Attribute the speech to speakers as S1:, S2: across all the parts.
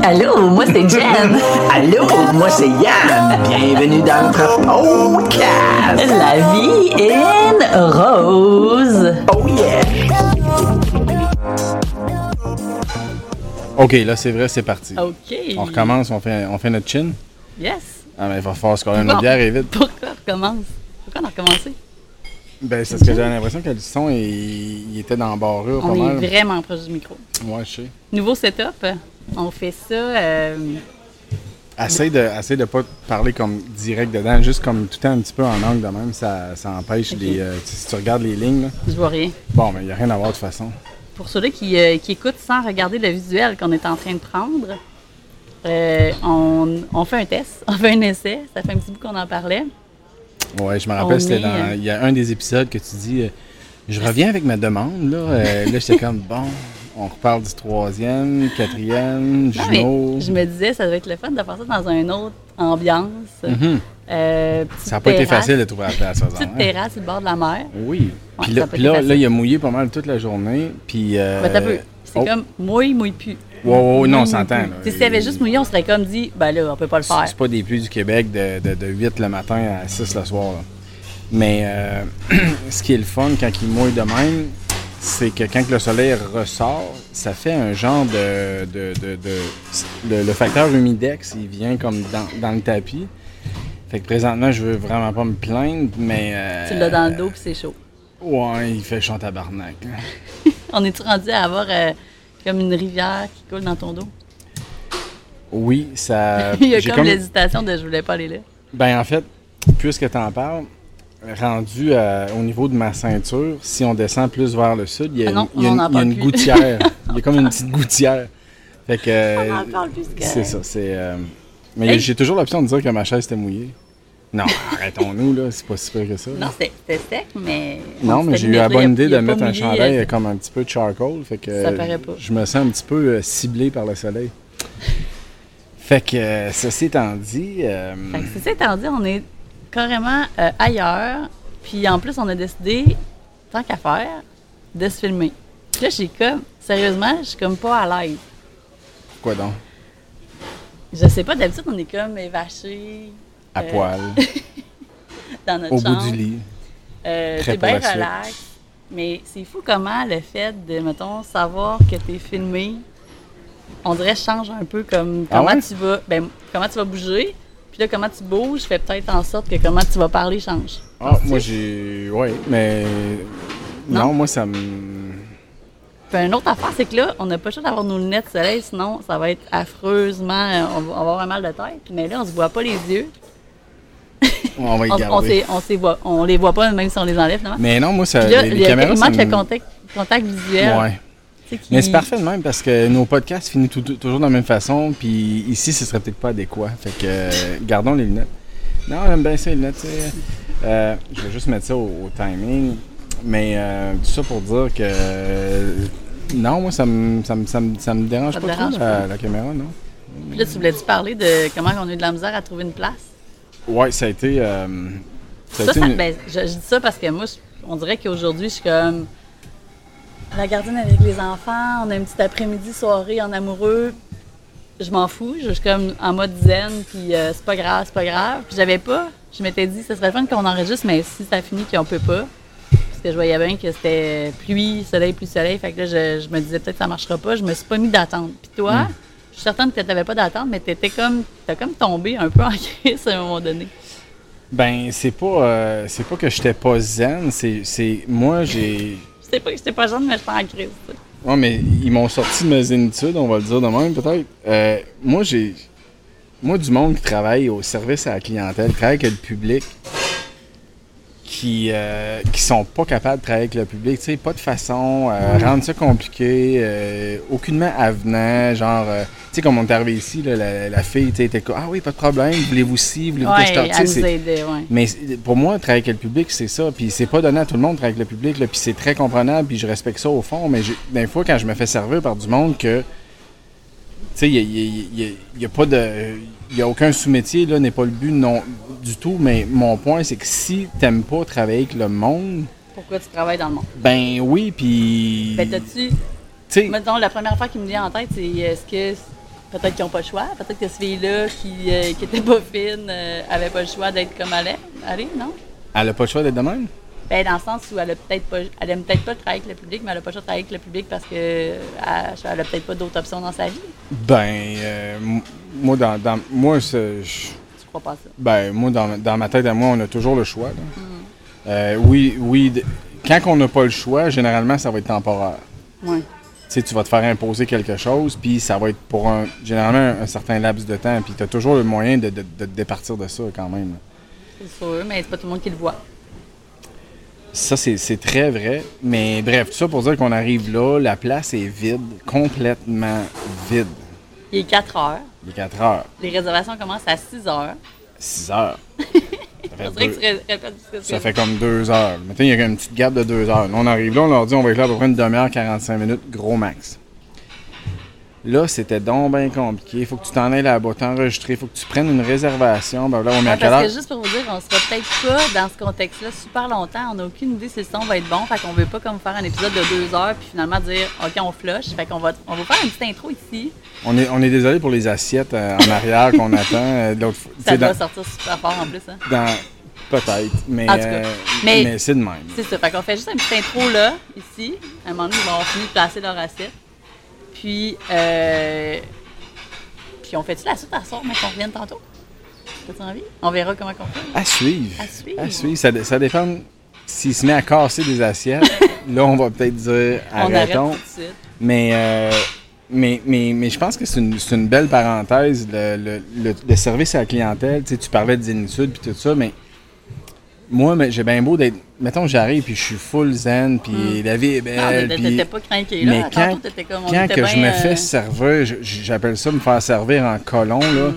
S1: Allô, moi c'est Jen.
S2: Allô, moi c'est Yann. Bienvenue dans notre podcast.
S1: La vie est rose.
S2: Oh yeah.
S3: OK, là, c'est vrai, c'est parti.
S1: OK.
S3: On recommence, on fait notre chin.
S1: Yes.
S3: Ah, mais il va falloir se coller notre bière et vite.
S1: Pourquoi on recommence? Pourquoi on a recommencé?
S3: Ben, c'est parce que j'avais l'impression que le son, il était dans la barrure pas
S1: On
S3: mal.
S1: est vraiment proche du micro.
S3: Ouais, je sais.
S1: Nouveau setup. On fait ça...
S3: Essaye de pas parler comme direct dedans, juste comme tout le temps un petit peu en angle de même, ça empêche les... si tu regardes les lignes, là.
S1: Je vois rien.
S3: Bon, mais il n'y a rien à voir de toute façon.
S1: Pour ceux-là qui écoutent sans regarder le visuel qu'on est en train de prendre, on fait un test, on fait un essai. Ça fait un petit bout qu'on en parlait.
S3: Ouais, je me rappelle, il y a un des épisodes que tu dis je reviens avec ma demande, là. Là, j'étais comme, bon, on reparle du 3e, 4e, jumeau.
S1: Je me disais, ça devait être le fun de faire ça dans une autre ambiance.
S3: Ça n'a pas été facile de trouver la place, ça.
S1: Petite terrasse sur le bord de la mer.
S3: Oui.
S1: Ouais,
S3: Puis là, il a mouillé pas mal toute la journée. Puis.
S1: T'as peu. C'est comme mouille plus.
S3: Ouais, non, on s'entend.
S1: S'il y avait juste mouillé, on serait comme dit, ben là, on peut pas le faire.
S3: C'est pas des pluies du Québec de 8 le matin à 6 le soir. Là. Mais ce qui est le fun quand il mouille de même, c'est que quand le soleil ressort, ça fait un genre le facteur humidex, il vient comme dans le tapis. Fait que présentement, je veux vraiment pas me plaindre, mais...
S1: Tu l'as dans le dos puis c'est chaud.
S3: Ouais, il fait chaud en tabarnak.
S1: On est-tu rendu à avoir comme une rivière qui coule dans ton dos?
S3: Oui, ça...
S1: Il y a comme l'hésitation de je voulais pas aller là.
S3: Ben en fait, puisque tu en parles, rendu au niveau de ma ceinture, si on descend plus vers le sud, il y a une gouttière. Il y a comme une petite gouttière. Fait que...
S1: On en parle plus que...
S3: C'est ça, c'est... Mais j'ai toujours l'option de dire que ma chaise était mouillée. Non, arrêtons-nous, là, c'est pas si pire que ça.
S1: Non, c'était sec, mais...
S3: Non, mais j'ai eu la bonne idée de mettre un chandail comme un petit peu de charcoal, fait que
S1: ça paraît pas.
S3: Je me sens un petit peu ciblé par le soleil. Fait que, ceci étant dit...
S1: Ceci étant dit, on est carrément ailleurs, puis en plus, on a décidé, tant qu'à faire, de se filmer. Puis là, sérieusement, je suis comme pas à l'aise.
S3: Quoi donc?
S1: Je sais pas, d'habitude, on est comme évachés.
S3: À poil.
S1: Dans notre
S3: au
S1: chambre.
S3: Bout du lit.
S1: C'est bien relax. Mais c'est fou comment le fait de, mettons, savoir que tu es filmé, on dirait change un peu comme comment tu vas. Ben, comment tu vas bouger. Puis là, comment tu bouges fait peut-être en sorte que comment tu vas parler change.
S3: Ah, moi j'ai. Oui, mais. Non, moi ça me.
S1: Puis une autre affaire, c'est que là, on n'a pas le choix d'avoir nos lunettes de soleil, sinon ça va être affreusement. On va avoir un mal de tête. Mais là, on se voit pas les yeux.
S3: On va y garder.
S1: On les voit pas, même si on les enlève, non?
S3: Mais non, moi, ça.
S1: Là,
S3: les caméras,
S1: il manque le contact visuel.
S3: Ouais. Mais c'est parfait de même parce que nos podcasts finissent toujours de la même façon. Puis ici, ce serait peut-être pas adéquat. Fait que gardons les lunettes. Non, j'aime bien ça, les lunettes. Je vais juste mettre ça au timing. Mais tout ça pour dire que. Non, moi, ça me dérange pas trop, la caméra, non.
S1: Puis là, tu voulais-tu parler de comment on a eu de la misère à trouver une place?
S3: Oui, ça a été...
S1: Ben, je dis ça parce que moi, on dirait qu'aujourd'hui, je suis comme la gardienne avec les enfants, on a une petite après-midi, soirée en amoureux. Je m'en fous, je suis comme en mode zen, puis c'est pas grave. Puis je m'étais dit, ce serait fun qu'on enregistre, mais si ça finit qu'on peut pas. Parce que je voyais bien que c'était pluie, soleil, fait que là, je me disais peut-être que ça marchera pas. Je me suis pas mis d'attente. Puis toi, je suis certaine que tu n'avais pas d'attente, mais t'as comme tombé un peu en crise à un moment donné.
S3: Ben, c'est pas que j'étais pas zen, c'est moi, j'ai...
S1: Je sais pas que j'étais pas jeune, mais j'étais en crise.
S3: Ouais, mais ils m'ont sorti de mes zénitudes, on va le dire de même, peut-être. Moi, du monde qui travaille au service à la clientèle, qui travaille avec le public, qui sont pas capables de travailler avec le public, tu sais, pas de façon, rendre ça compliqué, aucunement avenant, genre, tu sais, comme on est arrivé ici, là, la fille, tu sais, était comme, ah oui, pas de problème, voulez-vous ci, voulez-vous que je t'en...
S1: elle nous aidait, ouais.
S3: Mais pour moi, travailler avec le public, c'est ça, puis c'est pas donné à tout le monde de travailler avec le public, là, puis c'est très comprenable, puis je respecte ça au fond, mais des fois, quand je me fais servir par du monde que, tu sais, il y a pas de... Il n'y a aucun sous-métier, là, n'est pas le but non du tout, mais mon point, c'est que si t'aimes pas travailler avec le monde...
S1: Pourquoi tu travailles dans le monde?
S3: Ben oui, puis...
S1: Ben t'as-tu... Mettons, la première fois qui me vient en tête, c'est est-ce que peut-être qu'ils n'ont pas le choix. Peut-être que ces filles-là qui étaient pas fines n'avaient pas le choix d'être comme elle est, non?
S3: Elle n'a pas le choix d'être de même?
S1: Ben, dans le sens où elle aime peut-être pas travailler avec le public, mais elle n'a pas le choix de travailler avec le public parce qu'elle n'a peut-être pas d'autres options dans sa vie.
S3: Moi,
S1: Tu crois pas ça?
S3: Ben, moi, dans ma tête à moi, on a toujours le choix. Oui, quand on n'a pas le choix, généralement, ça va être temporaire.
S1: Oui.
S3: Tu sais, tu vas te faire imposer quelque chose, puis ça va être pour généralement un certain laps de temps, puis tu as toujours le moyen de te départir de ça quand même.
S1: C'est sûr, mais c'est pas tout le monde qui le voit.
S3: Ça, c'est très vrai. Mais bref, tout ça pour dire qu'on arrive là, la place est vide, complètement vide.
S1: Il est 4 heures.
S3: Il est 4 heures.
S1: Les réservations commencent à 6 heures.
S3: 6 heures.
S1: On dirait que tu répètes ce que
S3: Ça fait comme 2 heures. Maintenant, il y a une petite gap de 2 heures. Nous, on arrive là, on leur dit on va être là à peu près une demi-heure, 45 minutes, gros max. Là, c'était donc bien compliqué. Il faut que tu t'en ailles là-bas, t'enregistrer. Il faut que tu prennes une réservation. Ben là, on met à quelle heure?
S1: Parce que juste pour vous dire, on sera peut-être pas dans ce contexte-là super longtemps. On n'a aucune idée si le son va être bon. Fait qu'on veut pas comme faire un épisode de 2 heures puis finalement dire OK, on flush. Fait qu'on va faire une petite intro ici.
S3: On est désolé pour les assiettes en arrière qu'on attend.
S1: Ça doit sortir super fort en plus. Hein?
S3: Peut-être, mais,
S1: en tout cas, mais
S3: c'est de même.
S1: C'est ça. Fait qu'on fait juste une petite intro là, ici. À un moment donné, ils vont finir de placer leur assiette. Puis on fait-tu la suite à soir, mais qu'on revienne tantôt? T'as-tu envie? On verra comment on fait.
S3: À suivre.
S1: À suivre.
S3: Ça dépend s'il se met à casser des assiettes. Là, on va peut-être dire arrêtons.
S1: On arrête tout de suite.
S3: Mais je pense que c'est une belle parenthèse, le service à la clientèle. Tu sais, tu parlais de zénitude puis tout ça, mais moi, j'ai bien beau d'être... Mettons, j'arrive puis je suis full zen, puis la vie est belle.
S1: Non, t'étais pas craqué là.
S3: Mais quand je me fais servir, j'appelle ça me faire servir en colon, là,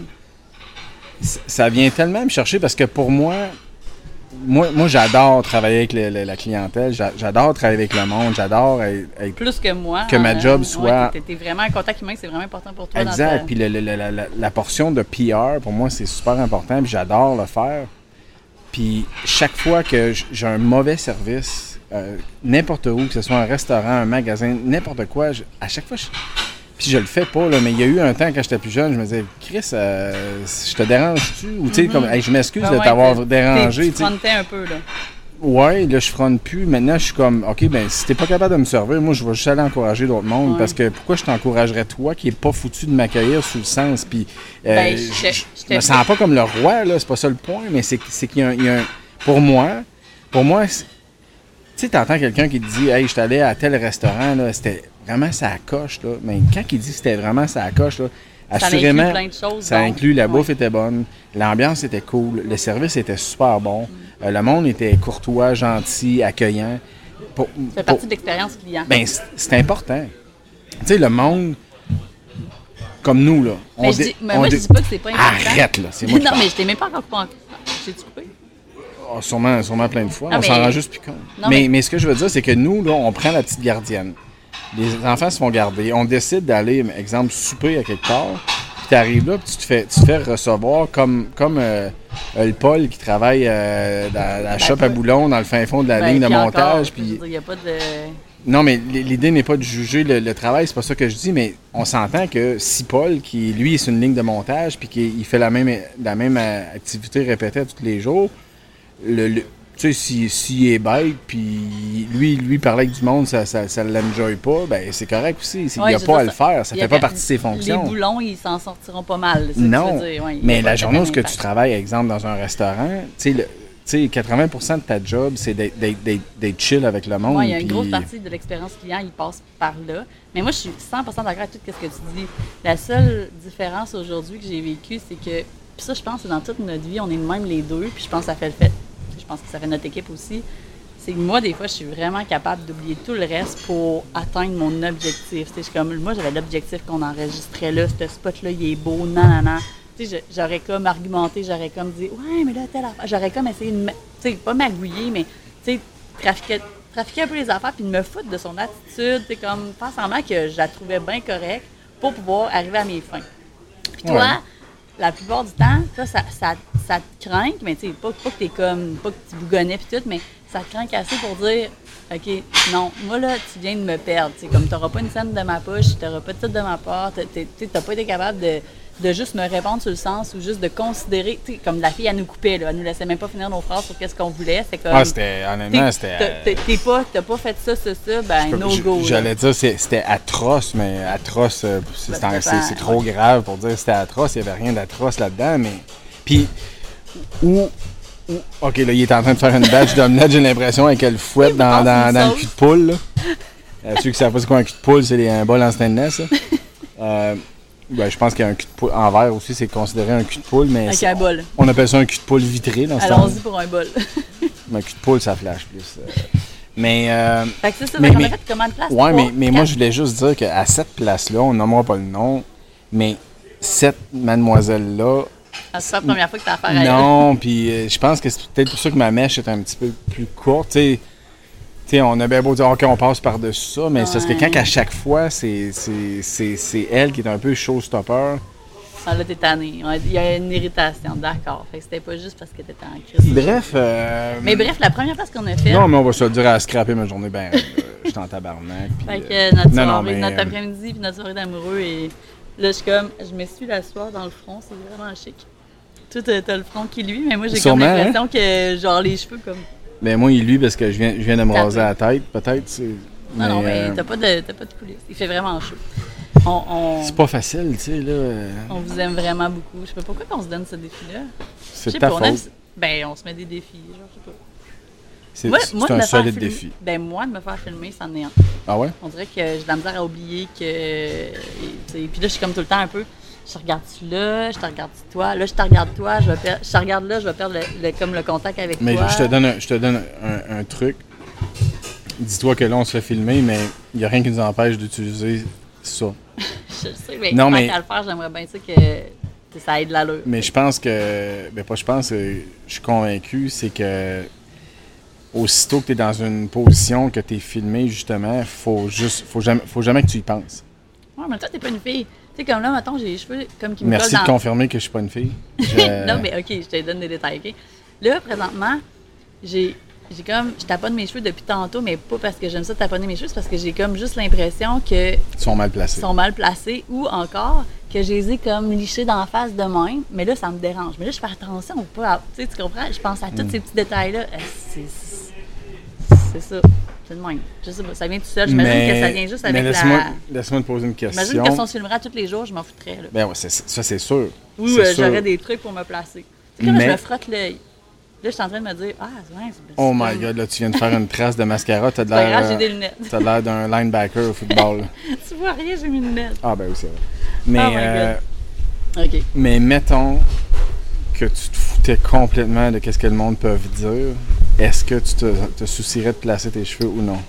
S3: ça vient tellement me chercher parce que pour moi, j'adore travailler avec la clientèle, j'adore travailler avec le monde, j'adore être...
S1: Plus que moi.
S3: Que ma job soit...
S1: Ouais, t'es vraiment en contact humain, c'est vraiment important pour toi.
S3: Exact, puis la portion de PR, pour moi, c'est super important, puis j'adore le faire. Puis chaque fois que j'ai un mauvais service, n'importe où, que ce soit un restaurant, un magasin, n'importe quoi, à chaque fois, puis je le fais pas, là, mais il y a eu un temps quand j'étais plus jeune, je me disais, Chris, je te dérange-tu? Ou tu sais, comme, hey, je m'excuse de t'avoir dérangé.
S1: Tu frontais un peu, là.
S3: Ouais, là, je fronte plus. Maintenant, je suis comme, OK, ben si t'es pas capable de me servir, moi, je vais juste aller encourager d'autres mondes. Parce que pourquoi je t'encouragerais, toi, qui est pas foutu de m'accueillir sous le sens? Puis, je me sens pas comme le roi, là, c'est pas ça le point, mais c'est qu'il y a un. Pour moi, tu sais, t'entends quelqu'un qui te dit, hey, je suis allé à tel restaurant, là, c'était vraiment ça coche, là. Mais quand il dit que c'était vraiment ça coche, là, assurément, ça inclut la bouffe était bonne, l'ambiance était cool, le service était super bon, le monde était courtois, gentil, accueillant.
S1: Ça fait partie de l'expérience client.
S3: Ben, c'est important. Tu sais, le monde, comme nous, là.
S1: Moi, je dis pas que c'est pas important.
S3: Arrête, là, c'est moi qui
S1: Non,
S3: parle.
S1: mais je t'ai même pas encore coupé. J'ai-tu coupé?
S3: Oh, sûrement plein de fois.
S1: Non,
S3: on s'en rend juste plus compte. Mais ce que je veux dire, c'est que nous, là, on prend la petite gardienne. Les enfants se font garder. On décide d'aller, exemple, souper à quelque part. Puis tu arrives là, puis tu te fais recevoir comme le Paul qui travaille dans la shop à boulons dans le fin fond de la ligne de montage. Puis
S1: il n'y a pas de...
S3: Non, mais l'idée n'est pas de juger le travail, c'est pas ça que je dis, mais on s'entend que si Paul, qui lui, est sur une ligne de montage, puis qu'il fait la même activité répétée tous les jours, tu sais, s'il est bête, puis lui parler avec du monde, ça l'enjoy pas, ben c'est correct aussi. Il n'y a pas à le faire, ça fait pas partie de ses fonctions.
S1: Les boulons, ils s'en sortiront pas mal.
S3: Non, mais la journée où tu travailles, exemple, dans un restaurant, tu sais, 80% de ta job, c'est d'être chill avec le monde.
S1: Oui, il y a une grosse partie de l'expérience client, il passe par là. Mais moi, je suis 100% d'accord avec tout ce que tu dis. La seule différence aujourd'hui que j'ai vécue, c'est que, puis ça, je pense que dans toute notre vie, on est de même les deux, puis je pense que ça fait le fait. Je pense que ça fait notre équipe aussi. C'est que moi, des fois, je suis vraiment capable d'oublier tout le reste pour atteindre mon objectif. Je suis comme, moi, j'avais l'objectif qu'on enregistrait là, ce spot-là, il est beau, nanana. Tu sais, j'aurais comme argumenté, j'aurais comme dit, ouais, mais là, telle affaire. J'aurais comme essayé de, tu sais, pas magouiller, mais, tu sais, trafiquer un peu les affaires puis de me foutre de son attitude, tu sais, comme, faire semblant que je la trouvais bien correcte pour pouvoir arriver à mes fins. Puis toi, la plupart du temps, ça ça te craint, mais tu sais, pas que t'es comme, pas que tu bougonnais pis tout, mais ça te craint assez pour dire, OK, non, moi là, tu viens de me perdre. T'sais, comme t'auras pas une scène de ma poche, t'auras pas de titre de ma part, t'as pas été capable de juste me répondre sur le sens ou juste de considérer, tu sais, comme la fille, elle nous coupait, là, elle nous laissait même pas finir nos phrases sur qu'est-ce qu'on voulait. C'est comme.
S3: Honnêtement, c'était.
S1: T'as pas fait ça, ben no go.
S3: J'allais dire, c'était atroce, mais atroce, c'est trop grave pour dire que c'était atroce, il y avait rien d'atroce là-dedans, mais. Puis, OK, là, il est en train de faire une batch d'omelette, j'ai l'impression, avec le fouette dans le cul de poule, là. Ceux qui ne savent pas c'est quoi un cul de poule, c'est un bol en stainless, là. Ben, je pense qu'un cul de poule en verre aussi, c'est considéré un cul de poule, mais
S1: avec un bol.
S3: On appelle ça un cul de poule vitré dans ce temps.
S1: Allons-y pour un bol.
S3: Mais un cul de poule, ça flash plus. Mais
S1: fait que c'est ça, on a fait combien de places?
S3: Ouais, mais moi, je voulais juste dire qu'à cette place-là, on nommera pas le nom, mais cette mademoiselle-là.
S1: C'est pas la première fois que tu as affaire à elle.
S3: Non, puis je pense que c'est peut-être pour ça que ma mèche est un petit peu plus courte. Tu sais, on a bien beau dire, OK, on passe par-dessus ça, mais c'est parce que quand à chaque fois, c'est elle qui est un peu showstopper.
S1: Ah, là, t'es tanné. Il y a une irritation, d'accord. Fait que c'était pas juste parce que t'étais en crise.
S3: Bref.
S1: Mais bref, la première place qu'on a fait.
S3: Non, mais on va se le dire à scraper ma journée. Ben, j'étais en tabarnak.
S1: Fait que notre soirée, notre après-midi, puis notre soirée d'amoureux. Et là, je m'essuie la soie dans le front. C'est vraiment chic. Toi, t'as le front qui lui, mais moi, j'ai comme l'impression que, genre, les cheveux comme.
S3: Ben moi, il lui parce que je viens de me raser la tête, peut-être.
S1: Non, mais t'as pas de coulisses. Il fait vraiment chaud.
S3: C'est pas facile, tu sais, là.
S1: On vous aime vraiment beaucoup. Je sais pas pourquoi on se donne ce défi-là.
S3: C'est ta faute.
S1: Ben, on se met des défis, genre, je sais pas.
S3: C'est un solide défi.
S1: Ben, moi, de me faire filmer, c'en est un.
S3: Ah ouais?
S1: On dirait que j'ai de la misère à oublier que... Puis là, je suis comme tout le temps un peu... Je te regarde-tu là, je te regarde-tu toi, là je te regarde toi, je te regarde là, je vais perdre comme le contact avec toi.
S3: Mais je te donne un truc. Dis-toi que là on se fait filmer, mais il n'y a rien qui nous empêche d'utiliser ça.
S1: Je sais, mais tant qu'à le faire, j'aimerais bien ça que ça aide l'allure.
S3: Mais je pense que, je suis convaincu, c'est que aussitôt que tu es dans une position que tu es filmé, justement, faut jamais que tu y penses.
S1: Ouais, mais toi, t'es pas une fille. Tu sais, comme là, mettons, j'ai les cheveux comme qui me
S3: Merci de confirmer que je suis pas une fille.
S1: Non, mais OK, je te donne des détails, OK? Là, présentement, j'ai comme... Je taponne mes cheveux depuis tantôt, mais pas parce que j'aime ça taponner mes cheveux, c'est parce que j'ai comme juste l'impression que...
S3: Ils sont mal placés.
S1: Ou encore que je les ai comme lichés d'en face de même. Mais là, ça me dérange. Mais là, je fais attention ou pas. Tu comprends? Je pense à tous ces petits détails-là. C'est ça. C'est de même. Je sais pas, ça vient tout seul. J'imagine que ça vient juste avec
S3: laisse-moi te poser une question.
S1: J'imagine que si on se filmerait tous les jours, je m'en foutrais. Là.
S3: Ben ouais, ça c'est sûr.
S1: Ou j'aurais des trucs pour me placer. C'est comme je me frotte l'œil. Là, je suis en train de me dire, c'est
S3: oh my God, là, tu viens de faire une trace de mascara. T'as de l'air.
S1: C'est grave, j'ai des lunettes.
S3: T'as l'air d'un linebacker au football.
S1: Tu vois rien, j'ai mes lunettes.
S3: Ah, ben oui, c'est vrai. Mais,
S1: OK.
S3: Mais mettons que tu te foutais complètement de ce que le monde peut dire. Est-ce que tu te soucierais de placer tes cheveux ou non?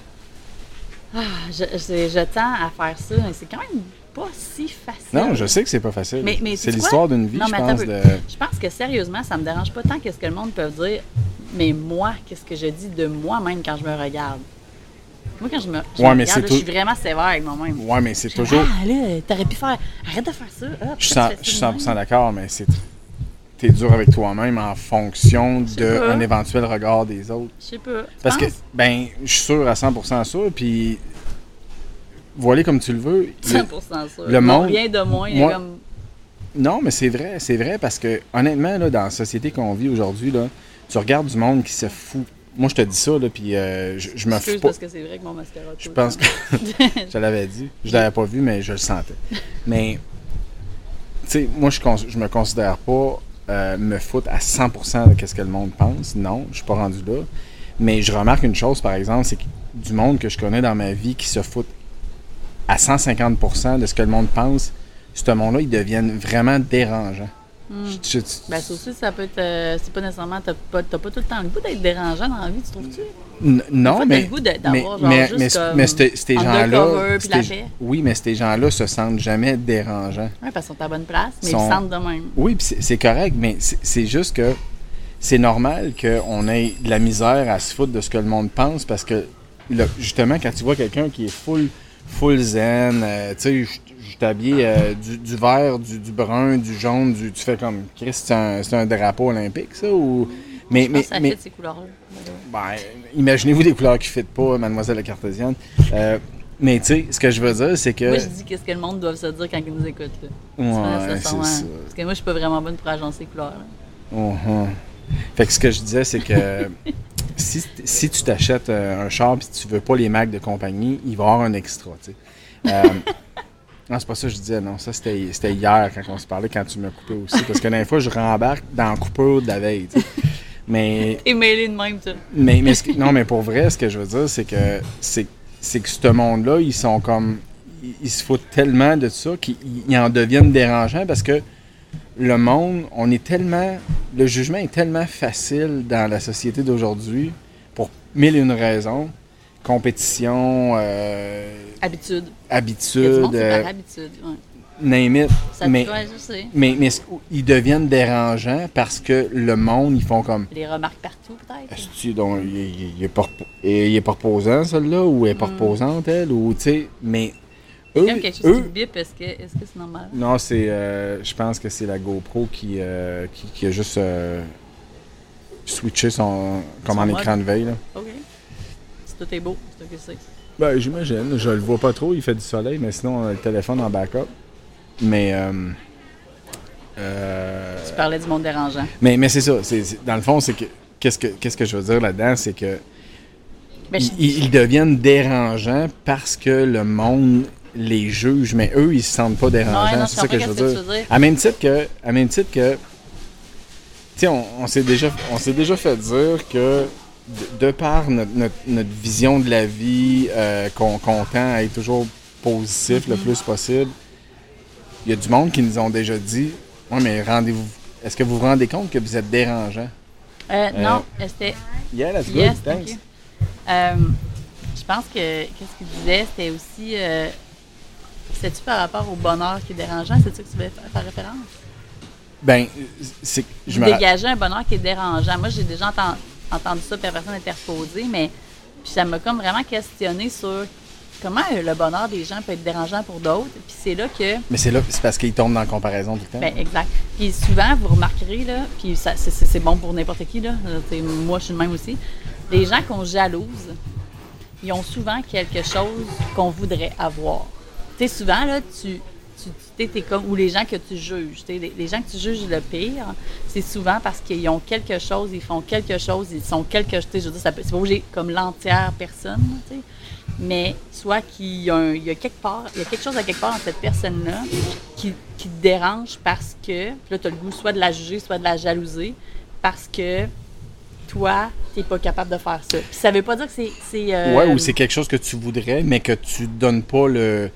S1: Je tends à faire ça, mais c'est quand même pas si facile.
S3: Non, je sais que c'est pas facile. Mais c'est l'histoire d'une vie, je pense.
S1: Je pense que sérieusement, ça me dérange pas tant qu'est-ce que le monde peut dire, mais moi, qu'est-ce que je dis de moi-même quand je me regarde? Moi, quand je me regarde, là, je suis vraiment sévère avec moi-même.
S3: Ouais, mais c'est toujours...
S1: Ah, là, t'aurais pu faire... Arrête de faire ça.
S3: Je suis 100% d'accord, mais t'es dur avec toi-même en fonction d'un éventuel regard des autres.
S1: Je sais pas.
S3: Parce que, je suis sûr à 100% ça, puis voilé comme tu le veux.
S1: 100% sûr.
S3: Le monde...
S1: Rien de moins, il y a comme...
S3: Non, mais c'est vrai, parce que, honnêtement, là, dans la société qu'on vit aujourd'hui, là, tu regardes du monde qui se fout. Moi, je te dis ça, là, puis je me fous pas.
S1: Parce que c'est vrai que mon mascara...
S3: Je pense que... je l'avais dit. Je l'avais pas vu, mais je le sentais. Mais, tu sais, moi, je me considère pas me foutre à 100% de ce que le monde pense. Non, je suis pas rendu là. Mais je remarque une chose, par exemple, c'est que du monde que je connais dans ma vie qui se fout à 150% de ce que le monde pense, ce monde-là, ils deviennent vraiment dérangeants.
S1: Ben, ça aussi, ça peut être... c'est pas nécessairement... T'as pas tout le temps le goût d'être dérangeant dans la vie, tu trouves-tu?
S3: Non, mais...
S1: T'as le goût d'avoir juste comme...
S3: Mais ces gens-là...
S1: puis la paix.
S3: Oui, mais ces gens-là se sentent jamais dérangeants.
S1: Oui, parce qu'ils sont à bonne place, mais ils se sentent de même.
S3: Oui, puis c'est correct, mais c'est juste que c'est normal qu'on ait de la misère à se foutre de ce que le monde pense, parce que, là, justement, quand tu vois quelqu'un qui est full zen, tu sais, je t'habille du vert, du brun, du jaune, tu fais comme, Chris, c'est un drapeau olympique, ça, ou...
S1: Je pense que ça fit ces couleurs-là.
S3: Ben, imaginez-vous des couleurs qui ne fitent pas, mademoiselle la cartésienne. Mais tu sais, ce que je veux dire, c'est que...
S1: Moi, je dis qu'est-ce que le monde doit se dire quand ils nous écoutent. Là.
S3: Ouais, c'est ça.
S1: Parce que moi, je suis pas vraiment bonne pour agencer les couleurs.
S3: Fait que ce que je disais, c'est que si tu t'achètes un char et tu veux pas les marques de compagnie, il va y avoir un extra, tu sais. Non, c'est pas ça que je disais, non. Ça, c'était hier quand on se parlait, quand tu m'as coupé aussi. Parce que la dernière fois, je rembarque dans la coupure de la veille, tu sais. Mais...
S1: Et mêlé de même, ça.
S3: Non, mais pour vrai, ce que je veux dire, c'est que ce monde-là, ils sont comme... Ils se foutent tellement de ça qu'ils en deviennent dérangeants parce que le monde, on est tellement... Le jugement est tellement facile dans la société d'aujourd'hui pour mille et une raisons. Compétition...
S1: Habitude.
S3: Habitude.
S1: Il y a du monde, c'est par habitude, ouais.
S3: Name it.
S1: Ça
S3: mais,
S1: je sais.
S3: mais ils deviennent dérangeants parce que le monde, ils font comme...
S1: Les remarques partout, peut-être.
S3: Est-ce donc, il est pas reposant, celle-là, ou elle est pas reposante, elle, ou, tu sais, mais...
S1: Comme quelque chose qui bip, est-ce que c'est normal?
S3: Non, c'est... je pense que c'est la GoPro qui a juste switché son en écran de veille, là.
S1: OK. Si tout est beau, c'est ce que c'est.
S3: Ben, j'imagine. Je le vois pas trop, il fait du soleil, mais sinon, on a le téléphone en backup. Mais...
S1: Tu parlais du monde dérangeant.
S3: Mais c'est ça. Dans le fond, c'est que... Qu'est-ce que je veux dire là-dedans, c'est que... Ils deviennent dérangeants parce que le monde les juge, mais eux, ils se sentent pas dérangeants.
S1: Non,
S3: c'est ça que je veux dire.
S1: dire.
S3: À même titre que tu sais, on s'est déjà fait dire que de par notre vision de la vie, qu'on tend à être toujours positif le plus possible, il y a du monde qui nous ont déjà dit « Ouais, mais est-ce que vous vous rendez compte que vous êtes dérangeant? »
S1: Non, c'était...
S3: Yeah, that's good,
S1: yes,
S3: thanks.
S1: Je pense que qu'est-ce qu'il disait, c'était aussi... c'est-tu par rapport au bonheur qui est dérangeant? C'est ça que tu veux faire référence?
S3: Ben, c'est...
S1: Dégager un bonheur qui est dérangeant. Moi, j'ai déjà entendu ça par personne interposée, mais puis ça m'a comme vraiment questionné sur comment le bonheur des gens peut être dérangeant pour d'autres. Puis c'est là que...
S3: Mais c'est parce qu'ils tombent dans la comparaison tout le temps.
S1: Ben, exact. Puis souvent, vous remarquerez, là, puis ça, c'est bon pour n'importe qui, là. Moi, je suis le même aussi. Les gens qu'on jalouse, ils ont souvent quelque chose qu'on voudrait avoir. Tu sais, souvent, là, t'es comme... Ou les gens que tu juges. Les gens que tu juges le pire, c'est souvent parce qu'ils ont quelque chose, ils font quelque chose, ils sont quelque chose. Je veux dire, c'est pas obligé comme l'entière personne, tu sais. Mais soit il y a quelque chose à quelque part dans cette personne-là qui te dérange parce que, puis là, tu as le goût soit de la juger, soit de la jalouser, parce que toi, tu n'es pas capable de faire ça. Puis ça veut pas dire que c'est
S3: ouais, ou c'est quelque chose que tu voudrais, mais que tu donnes pas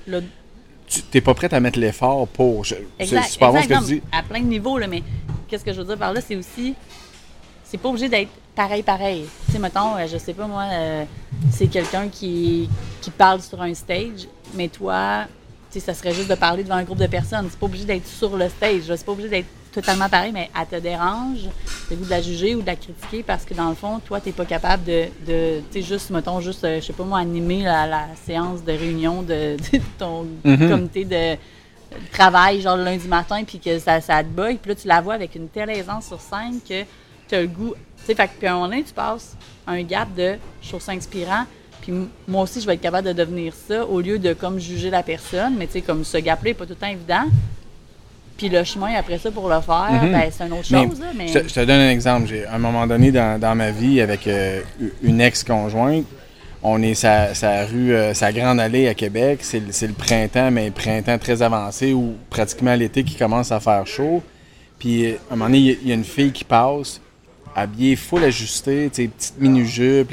S3: tu n'es pas prête à mettre l'effort pour. C'est pas bon ce que tu dis.
S1: À plein de niveaux, là, mais qu'est-ce que je veux dire par là, c'est aussi... C'est pas obligé d'être pareil. Tu sais, mettons, je sais pas, moi, c'est quelqu'un qui parle sur un stage, mais toi, tu sais, ça serait juste de parler devant un groupe de personnes. C'est pas obligé d'être sur le stage. C'est pas obligé d'être totalement pareil, mais elle te dérange, tu as le goût de la juger ou de la critiquer parce que, dans le fond, toi, t'es pas capable de tu sais, juste, mettons, je sais pas, moi, animer la séance de réunion de ton comité de travail, genre le lundi matin, puis que ça te bug, puis là, tu la vois avec une telle aisance sur scène que tu as le goût. Tu sais, fait que, puis à un moment donné, tu passes un gap de je trouve ça inspirant, puis moi aussi, je vais être capable de devenir ça au lieu de comme juger la personne, mais tu sais, comme ce gap-là n'est pas tout le temps évident. Puis le chemin après ça pour le faire, ben, c'est une autre chose. Mais...
S3: Je te donne un exemple. À un moment donné dans ma vie, avec une ex-conjointe, on est sa rue, sa grande allée à Québec. C'est le printemps, mais printemps très avancé ou pratiquement l'été qui commence à faire chaud. Puis à un moment donné, il y a une fille qui passe, habillée full ajustée, tu sais, petite mini-jupe,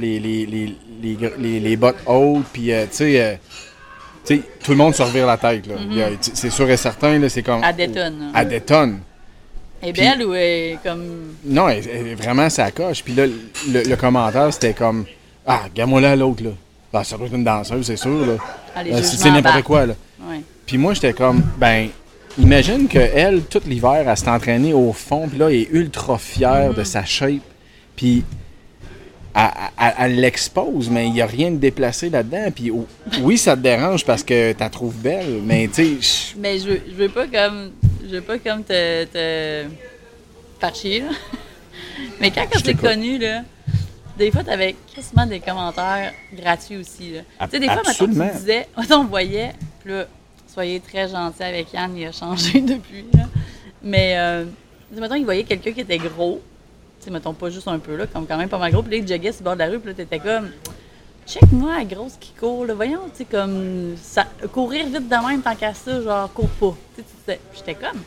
S3: les bottes hautes, puis tu sais, tout le monde se revire la tête. Là. C'est sûr et certain, là, c'est comme...
S1: Elle détonne.
S3: Elle détonne.
S1: Elle est belle ou elle est comme...
S3: Non, elle est vraiment sa coche. Puis là, le commentaire, c'était comme... Ah, regarde-moi là, l'autre, là. Ben, ça doit être une danseuse, c'est sûr, là. C'est n'importe quoi, là.
S1: Ouais.
S3: Puis moi, j'étais comme... Ben, imagine qu'elle, tout l'hiver, elle s'est entraînée au fond, puis là, elle est ultra fière de sa shape. Puis elle l'expose, mais il n'y a rien de déplacé là-dedans. Puis oui, ça te dérange parce que tu la trouves belle, mais tu sais...
S1: Mais je veux pas comme... Je veux pas comme te faire chier, là. Mais quand je t'ai connu, là, des fois, t'avais quasiment des commentaires gratuits aussi, là. Tu sais, des fois, mettons, tu disais... On voyait, puis là, soyez très gentil avec Yann, il a changé depuis, là. Mais, mettons, il voyait quelqu'un qui était gros, tu sais, mettons, pas juste un peu, là, comme quand même pas mal gros, puis là, il joguait sur le bord de la rue, puis là, t'étais comme... Check-moi la grosse qui court, là. Voyons, tu sais, comme... Ça, courir vite de même, tant qu'à ça, genre, cours pas. Tu sais, j'étais comme...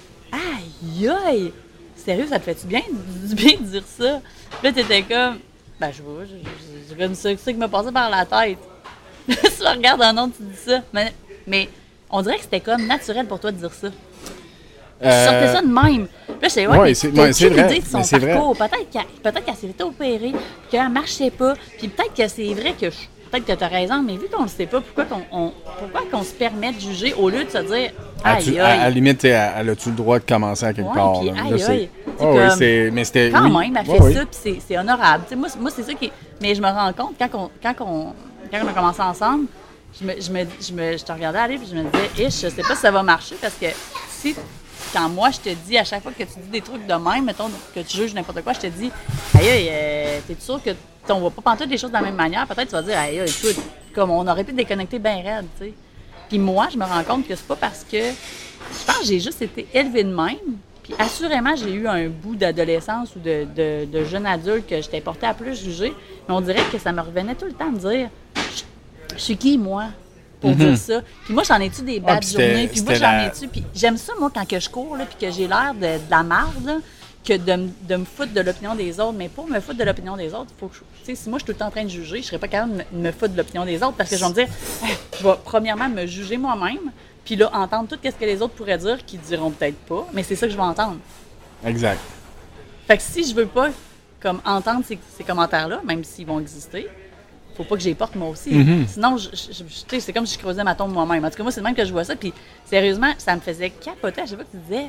S1: Aïe, aïe! Sérieux, ça te fait-tu bien du bien de dire ça? Puis là, t'étais comme... Ben, je vois, j'ai comme ça qui me passait par la tête. Tu me regardes un autre, tu dis ça. Mais on dirait que c'était comme naturel pour toi de dire ça. Tu sortais ça de même. Puis là, j'étais, ouais, c'est vrai. Idée de son parcours. Peut-être qu'elle s'est fait opérer, puis qu'elle marchait pas. Puis peut-être que c'est vrai que peut-être que tu as raison, mais vu qu'on le sait pas, pourquoi qu'on se permet de juger au lieu de se dire aïe, aïe.
S3: À la limite, elle a-tu le droit de commencer à quelque part?
S1: Puis aïe, aïe.
S3: Mais c'était...
S1: Quand même, elle fait ça, puis c'est honorable. T'sais, moi, c'est ça qui... Mais je me rends compte, quand on a commencé ensemble, je te regardais aller, puis je me disais, je sais pas si ça va marcher, parce que si... Quand moi, je te dis, à chaque fois que tu dis des trucs de même, mettons que tu juges n'importe quoi, je te dis, aïe, t'es sûr que on va pas pantoute les choses de la même manière? Peut-être tu vas dire, aïe, écoute, comme on aurait pu déconnecter bien raide, tu sais. Puis moi, je me rends compte que c'est pas parce que, je pense que j'ai juste été élevée de même, puis assurément, j'ai eu un bout d'adolescence ou de jeune adulte que j'étais portée à plus juger, mais on dirait que ça me revenait tout le temps de dire, je suis qui, moi? Pour dire ça. Puis moi, j'en ai-tu des bad journées, puis moi, j'en ai-tu. Puis j'aime ça, moi, quand que je cours, là, puis que j'ai l'air de la marde, là, que de me foutre de l'opinion des autres. Mais pour me foutre de l'opinion des autres, il faut que tu sais, si moi, je suis tout le temps en train de juger, je serais pas capable de me foutre de l'opinion des autres, parce que je vais me dire, je vais premièrement me juger moi-même, puis là, entendre tout ce que les autres pourraient dire, qu'ils diront peut-être pas, mais c'est ça que je vais entendre. Exact. Fait que si je veux pas, comme, entendre ces commentaires-là, même s'ils vont exister, faut pas que j'y porte moi aussi. Sinon, c'est comme si je creusais ma tombe moi-même. En tout cas, moi, c'est le même que je vois ça. Puis, sérieusement, ça me faisait capoter. Je sais pas que tu disais,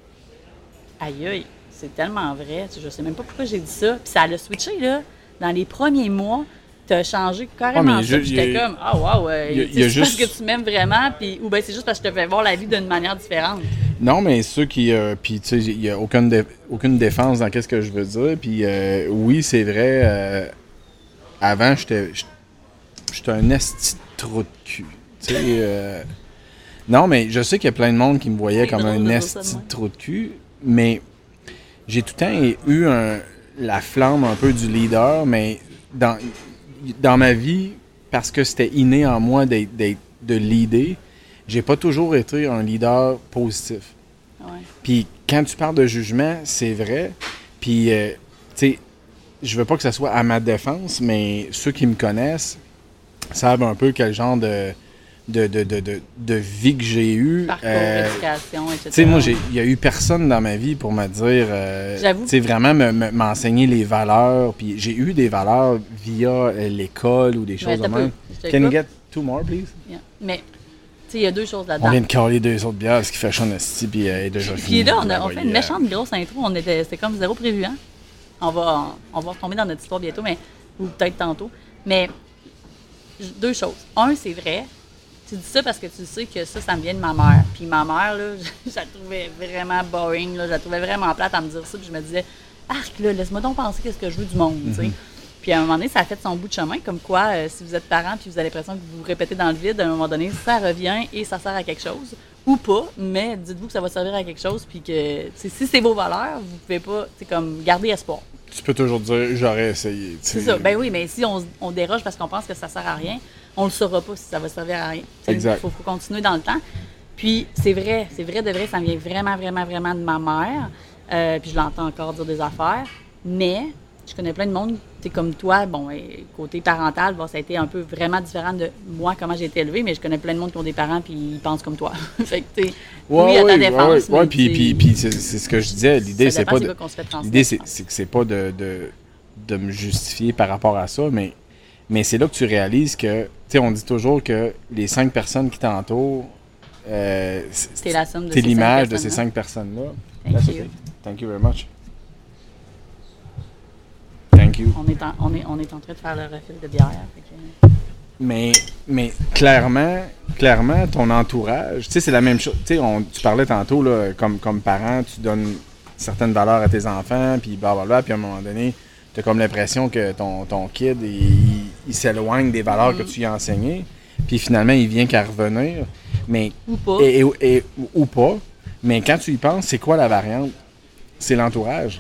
S1: aïe, aïe, c'est tellement vrai. Je sais même pas pourquoi j'ai dit ça. Puis, ça l'a switché, là. Dans les premiers mois, t'as changé carrément ça. J'étais comme, wow, c'est juste parce que tu m'aimes vraiment, puis, ou bien c'est juste parce que je te fais voir la vie d'une manière différente.
S3: Non, mais ceux qui. Puis, tu sais, il n'y a aucune défense dans ce que je veux dire. Puis, oui, c'est vrai. Avant, j'étais un esti de trou de cul. Tu sais, non, mais je sais qu'il y a plein de monde qui me voyait comme un esti de trou de cul, mais j'ai tout le temps eu la flamme un peu du leader, mais dans ma vie, parce que c'était inné en moi de leader, j'ai pas toujours été un leader positif. Ouais. Puis quand tu parles de jugement, c'est vrai. Puis, tu sais, je veux pas que ça soit à ma défense, mais ceux qui me connaissent savent un peu quel genre de vie que j'ai eu.
S1: Parcours, éducation, etc.
S3: Tu sais, moi, il y a eu personne dans ma vie pour me dire... tu sais, vraiment m'enseigner les valeurs. Puis j'ai eu des valeurs via l'école ou des choses de même. Can you get 2 more, please?
S1: Yeah. Mais, tu sais, il y a 2 choses là-dedans.
S3: On vient de caler 2 autres bières, ce qui fait chaud esti, puis déjà
S1: fini. Puis là, on fait une méchante grosse intro. C'était comme zéro prévu, hein? On va retomber dans notre histoire bientôt, ou peut-être tantôt. Mais 2 choses. Un, c'est vrai. Tu dis ça parce que tu sais que ça me vient de ma mère. Puis ma mère, là, je la trouvais vraiment boring. Là, je la trouvais vraiment plate à me dire ça. Puis je me disais, arc, là, laisse-moi donc penser qu'est-ce que je veux du monde, tu sais. Puis à un moment donné, ça a fait son bout de chemin. Comme quoi, si vous êtes parent puis vous avez l'impression que vous vous répétez dans le vide, à un moment donné, ça revient et ça sert à quelque chose. Ou pas, mais dites-vous que ça va servir à quelque chose. Puis que si c'est vos valeurs, vous pouvez pas, c'est comme garder espoir.
S3: Tu peux toujours dire, j'aurais essayé.
S1: C'est ça. Ben oui, mais si on déroge parce qu'on pense que ça sert à rien, on le saura pas si ça va servir à rien. Exact. Il faut continuer dans le temps. Puis c'est vrai de vrai, ça me vient vraiment, vraiment, vraiment de ma mère. Puis je l'entends encore dire des affaires. Mais je connais plein de monde, tu sais, comme toi, bon, côté parental, bon, ça a été un peu vraiment différent de moi, comment j'ai été élevée, mais je connais plein de monde qui ont des parents puis ils pensent comme toi. Fait que, tu sais, oui, à ta défense.
S3: Oui, puis c'est ce que je disais. L'idée, c'est pas de. L'idée, c'est que c'est pas de me justifier par rapport à ça, mais c'est là que tu réalises que, tu sais, on dit toujours que les 5 personnes qui t'entourent,
S1: c'est la somme de
S3: c'est l'image de ces 5 personnes-là.
S1: Thank you.
S3: Thank you very much. Thank you.
S1: On est en train de faire le refil de bière. Fait que...
S3: Mais clairement, ton entourage, tu sais, c'est la même chose. Tu sais, tu parlais tantôt, là, comme parent, tu donnes certaines valeurs à tes enfants, puis blablabla, puis à un moment donné, tu as comme l'impression que ton kid, il s'éloigne des valeurs que tu lui as enseignées, puis finalement, il vient qu'à revenir. Mais,
S1: ou pas.
S3: Ou pas. Mais quand tu y penses, c'est quoi la variante? C'est l'entourage.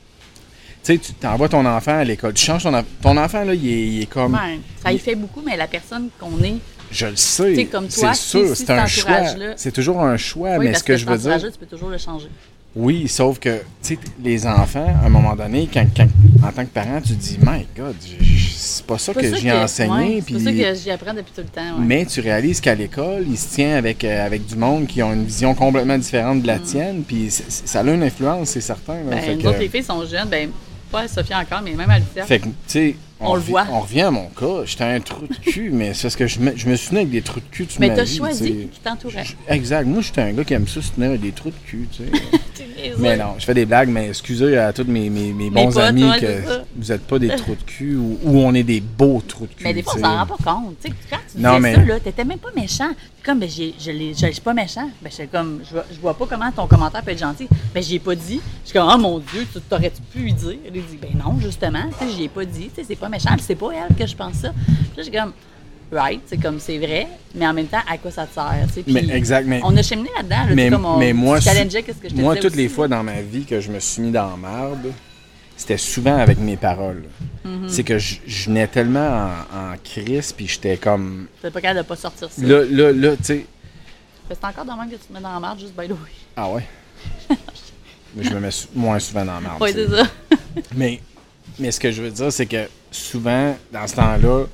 S3: Tu sais, tu t'envoies ton enfant à l'école. Tu changes ton enfant, là, il est comme...
S1: Ouais, ça y fait beaucoup, mais la personne qu'on est...
S3: Je le sais.
S1: Comme toi,
S3: c'est sûr, c'est un choix. C'est toujours un choix,
S1: oui,
S3: mais ce que je veux dire...
S1: tu peux toujours le changer.
S3: Oui, sauf que, tu sais, les enfants, à un moment donné, quand en tant que parent, tu te dis, my God, c'est pas ça que j'ai enseigné.
S1: C'est pas ça que j'y apprends depuis tout le temps. Ouais.
S3: Mais tu réalises qu'à l'école, il se tient avec du monde qui ont une vision complètement différente de la tienne, puis ça a une influence, c'est certain. Là,
S1: nous autres, les filles sont jeunes, pas Sophie encore, mais même Alicia.
S3: Fait que, tu sais,
S1: on le voit.
S3: On revient à mon cas. J'étais un trou de cul, mais c'est parce que je me souvenais avec des trous de cul toute
S1: ma
S3: vie.
S1: Mais t'as choisi qui t'entourait.
S3: Exact. Moi, j'étais un gars qui aime ça se tenir avec des trous de cul, tu sais. Mais non, je fais des blagues, mais excusez à tous mes bons potes, amis que vous n'êtes pas des trous de cul ou on est des beaux trous de cul.
S1: Mais des fois, on s'en rend pas compte. Tu sais, quand tu
S3: non,
S1: disais ça, là, t'étais même pas méchant. Comme, je suis pas méchant. J'étais comme, je vois pas comment ton commentaire peut être gentil. J'y ai pas dit. Je suis comme, oh mon Dieu, t'aurais-tu pu lui dire? Elle dit, non, justement, tu sais, j'y ai pas dit. Tu sais, c'est pas méchant. C'est pas elle que je pense ça. Puis là, j'ai comme, right, c'est comme, c'est vrai, mais en même temps, à quoi ça te sert?
S3: Mais, exact, mais,
S1: on a cheminé là-dedans. Là,
S3: mais moi,
S1: challengeais qu'est-ce que je te
S3: moi,
S1: disais
S3: toutes
S1: aussi,
S3: les fois dans ma vie que je me suis mis dans la merde, c'était souvent avec mes paroles. Mm-hmm. C'est que je venais tellement en crise, puis j'étais comme...
S1: T'es pas capable de pas sortir ça.
S3: Là, tu sais...
S1: C'est encore de même que tu te mets dans la merde, juste by the way.
S3: Ah ouais? Mais je me mets moins souvent dans la merde.
S1: Oui, c'est ça.
S3: mais ce que je veux dire, c'est que souvent, dans ce temps-là,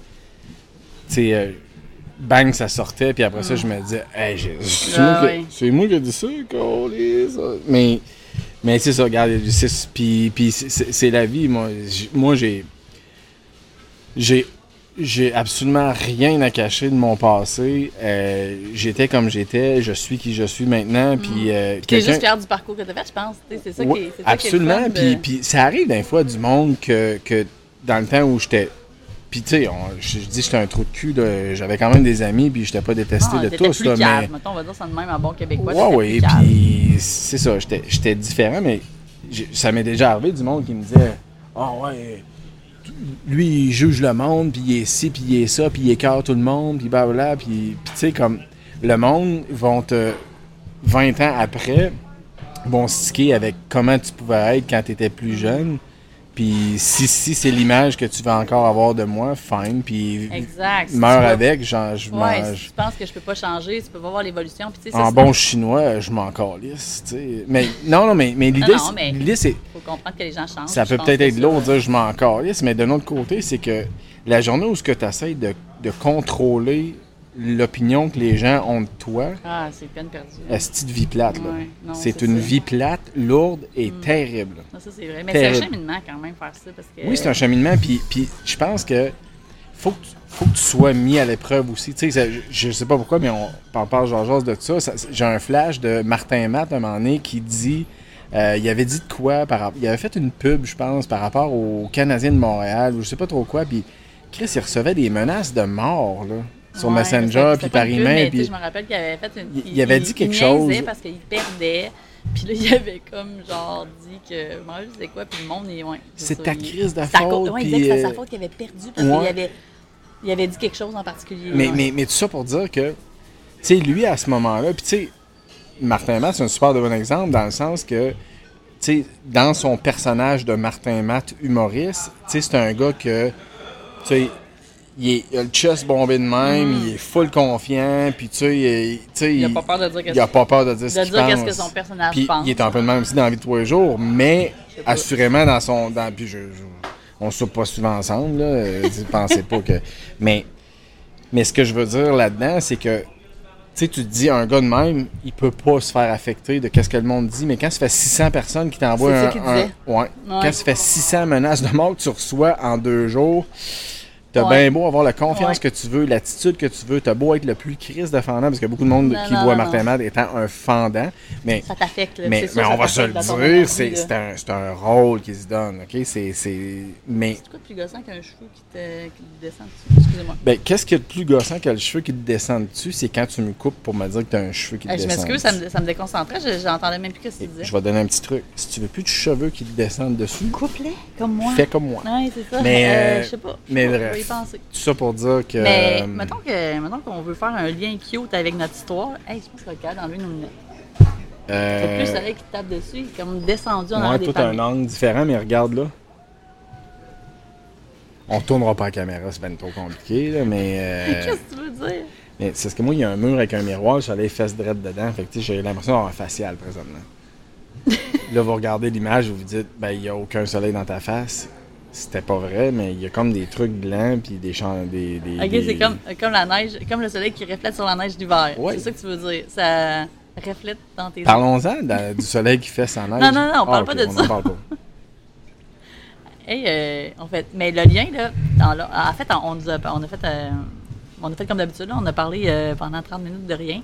S3: tu sais, bang, ça sortait, puis après ça, je me disais, hey, c'est moi qui ai dit ça, mais c'est ça, regarde, puis c'est la vie. Moi, j'ai absolument rien à cacher de mon passé. J'étais comme j'étais, je suis qui je suis maintenant. Puis
S1: t'es juste fier du parcours que t'as fait, je pense. C'est ça qui est
S3: absolument. Puis ça arrive des fois du monde que dans le temps où j'étais... Puis tu sais, je dis que j'étais un trou de cul, là, j'avais quand même des amis, puis j'étais pas détesté de tous.
S1: Plus calme, mettons, on va dire ça de même en bon québécois.
S3: Oui, puis c'est ça, j'étais différent, mais ça m'est déjà arrivé du monde qui me disait « Ah ouais... » Lui, il juge le monde, puis il est ci, puis il est ça, puis il écarte tout le monde, puis blablabla, puis tu sais, comme, le monde vont te, 20 ans après, vont se sticker avec comment tu pouvais être quand tu étais plus jeune, puis si c'est l'image que tu vas encore avoir de moi, fine, puis meurs avec, genre, je mange...
S1: Si tu penses que je peux pas changer, tu peux pas voir l'évolution, puis tu sais...
S3: En bon chinois, je m'en calisse, tu sais. Mais non, mais l'idée, c'est...
S1: faut comprendre que les gens changent.
S3: Ça peut peut-être être lourd de dire je m'en calisse, mais d'un autre côté, c'est que la journée où tu essaies de contrôler l'opinion que les gens ont de toi...
S1: Ah, c'est peine perdue.
S3: C'est une vie plate, là.
S1: Ouais, non,
S3: c'est une vie plate, lourde et terrible.
S1: Non, ça, c'est vrai. Mais c'est un cheminement, quand même, faire ça, parce que...
S3: Oui, c'est un cheminement, puis je pense que faut que tu sois mis à l'épreuve aussi. Tu sais, je sais pas pourquoi, mais on parle genre de ça. J'ai un flash de Martin Matt, un moment donné, qui dit... il avait dit de quoi, il avait fait une pub, je pense, par rapport aux Canadiens de Montréal, ou je sais pas trop quoi, puis Chris, il recevait des menaces de mort, là. Sur Messenger, puis par email. Puis
S1: je me rappelle qu'il avait fait
S3: il avait dit quelque chose.
S1: Parce qu'il perdait. Puis là, il avait comme genre dit que. Moi, je sais quoi, puis le monde,
S3: c'est ta crise de faute.
S1: Oui, il disait que c'est sa faute qu'il avait perdu parce qu'il avait dit quelque chose en particulier.
S3: Mais tout ça pour dire que, tu sais, lui, à ce moment-là, puis tu sais, Martin Matt, c'est un super de bon exemple dans le sens que, tu sais, dans son personnage de Martin Matt humoriste, tu sais, c'est un gars que, tu sais, il a le chest bombé de même, il est full confiant, puis tu sais,
S1: il a pas peur de dire
S3: ce qu'il pense.
S1: Qu'est-ce que son personnage
S3: puis
S1: pense.
S3: Il est un peu de même aussi dans la vie de tous les jours, mais assurément dans son... puis on soupe pas souvent ensemble, là, pensez pas que... Mais ce que je veux dire là-dedans, c'est que, tu sais, tu te dis, un gars de même, il peut pas se faire affecter de qu'est-ce que le monde dit, mais quand ça fait 600 personnes qui t'envoient quand ça fait 600 menaces de mort que tu reçois en 2 jours... T'as bien beau avoir la confiance que tu veux, l'attitude que tu veux, t'as beau être le plus Chris de fendant, parce qu'il y a beaucoup de monde qui voit Martin Matt étant un fendant, mais...
S1: Ça t'affecte, là.
S3: Mais on va se le dire, c'est un rôle qui se donne, OK? Mais...
S1: C'est quoi de plus gossant qu'un cheveu qui te descend dessus? Excusez-moi.
S3: Ben, qu'est-ce qu'il y a de plus gossant que le cheveu qui te descend dessus? C'est quand tu me coupes pour me dire que t'as un cheveu qui te descend dessus.
S1: Je m'excuse, ça me déconcentrait, j'entendais même plus ce que tu disais.
S3: Je vais te donner un petit truc. Si tu veux plus de cheveux qui te descendent dessus...
S1: Coupe-les, comme moi.
S3: Fais comme moi.
S1: Oui, c'est ça.
S3: Mais,
S1: je sais pas.
S3: Mais bref.
S1: Je vais y penser.
S3: Tout ça pour dire que...
S1: Mais mettons qu'on veut faire un lien cute avec notre histoire. Hey, je pense qu'on va être d'enlever nos lunettes. C'est plus le soleil qui te tape dessus, il est comme descendu en arrière des
S3: toi, t'as un angle différent, mais regarde là. On retournera pas la caméra, c'est bien trop compliqué, là, mais...
S1: Qu'est-ce que tu veux dire?
S3: Mais c'est parce que moi, il y a un mur avec un miroir, le soleil fesse drette dedans, fait que j'ai l'impression d'avoir un facial présentement. Là, vous regardez l'image, vous vous dites, ben, il n'y a aucun soleil dans ta face. C'était pas vrai, mais il y a comme des trucs blancs puis des champs.
S1: Ok, c'est comme la neige, comme le soleil qui reflète sur la neige d'hiver. Ouais. C'est ça que tu veux dire. Ça reflète dans tes yeux.
S3: Parlons-en du soleil qui fait sa neige.
S1: Non, on parle pas de ça.
S3: Parle pas.
S1: Hey, en fait, mais le lien, là, en fait, on a fait comme d'habitude, là, on a parlé pendant 30 minutes de rien.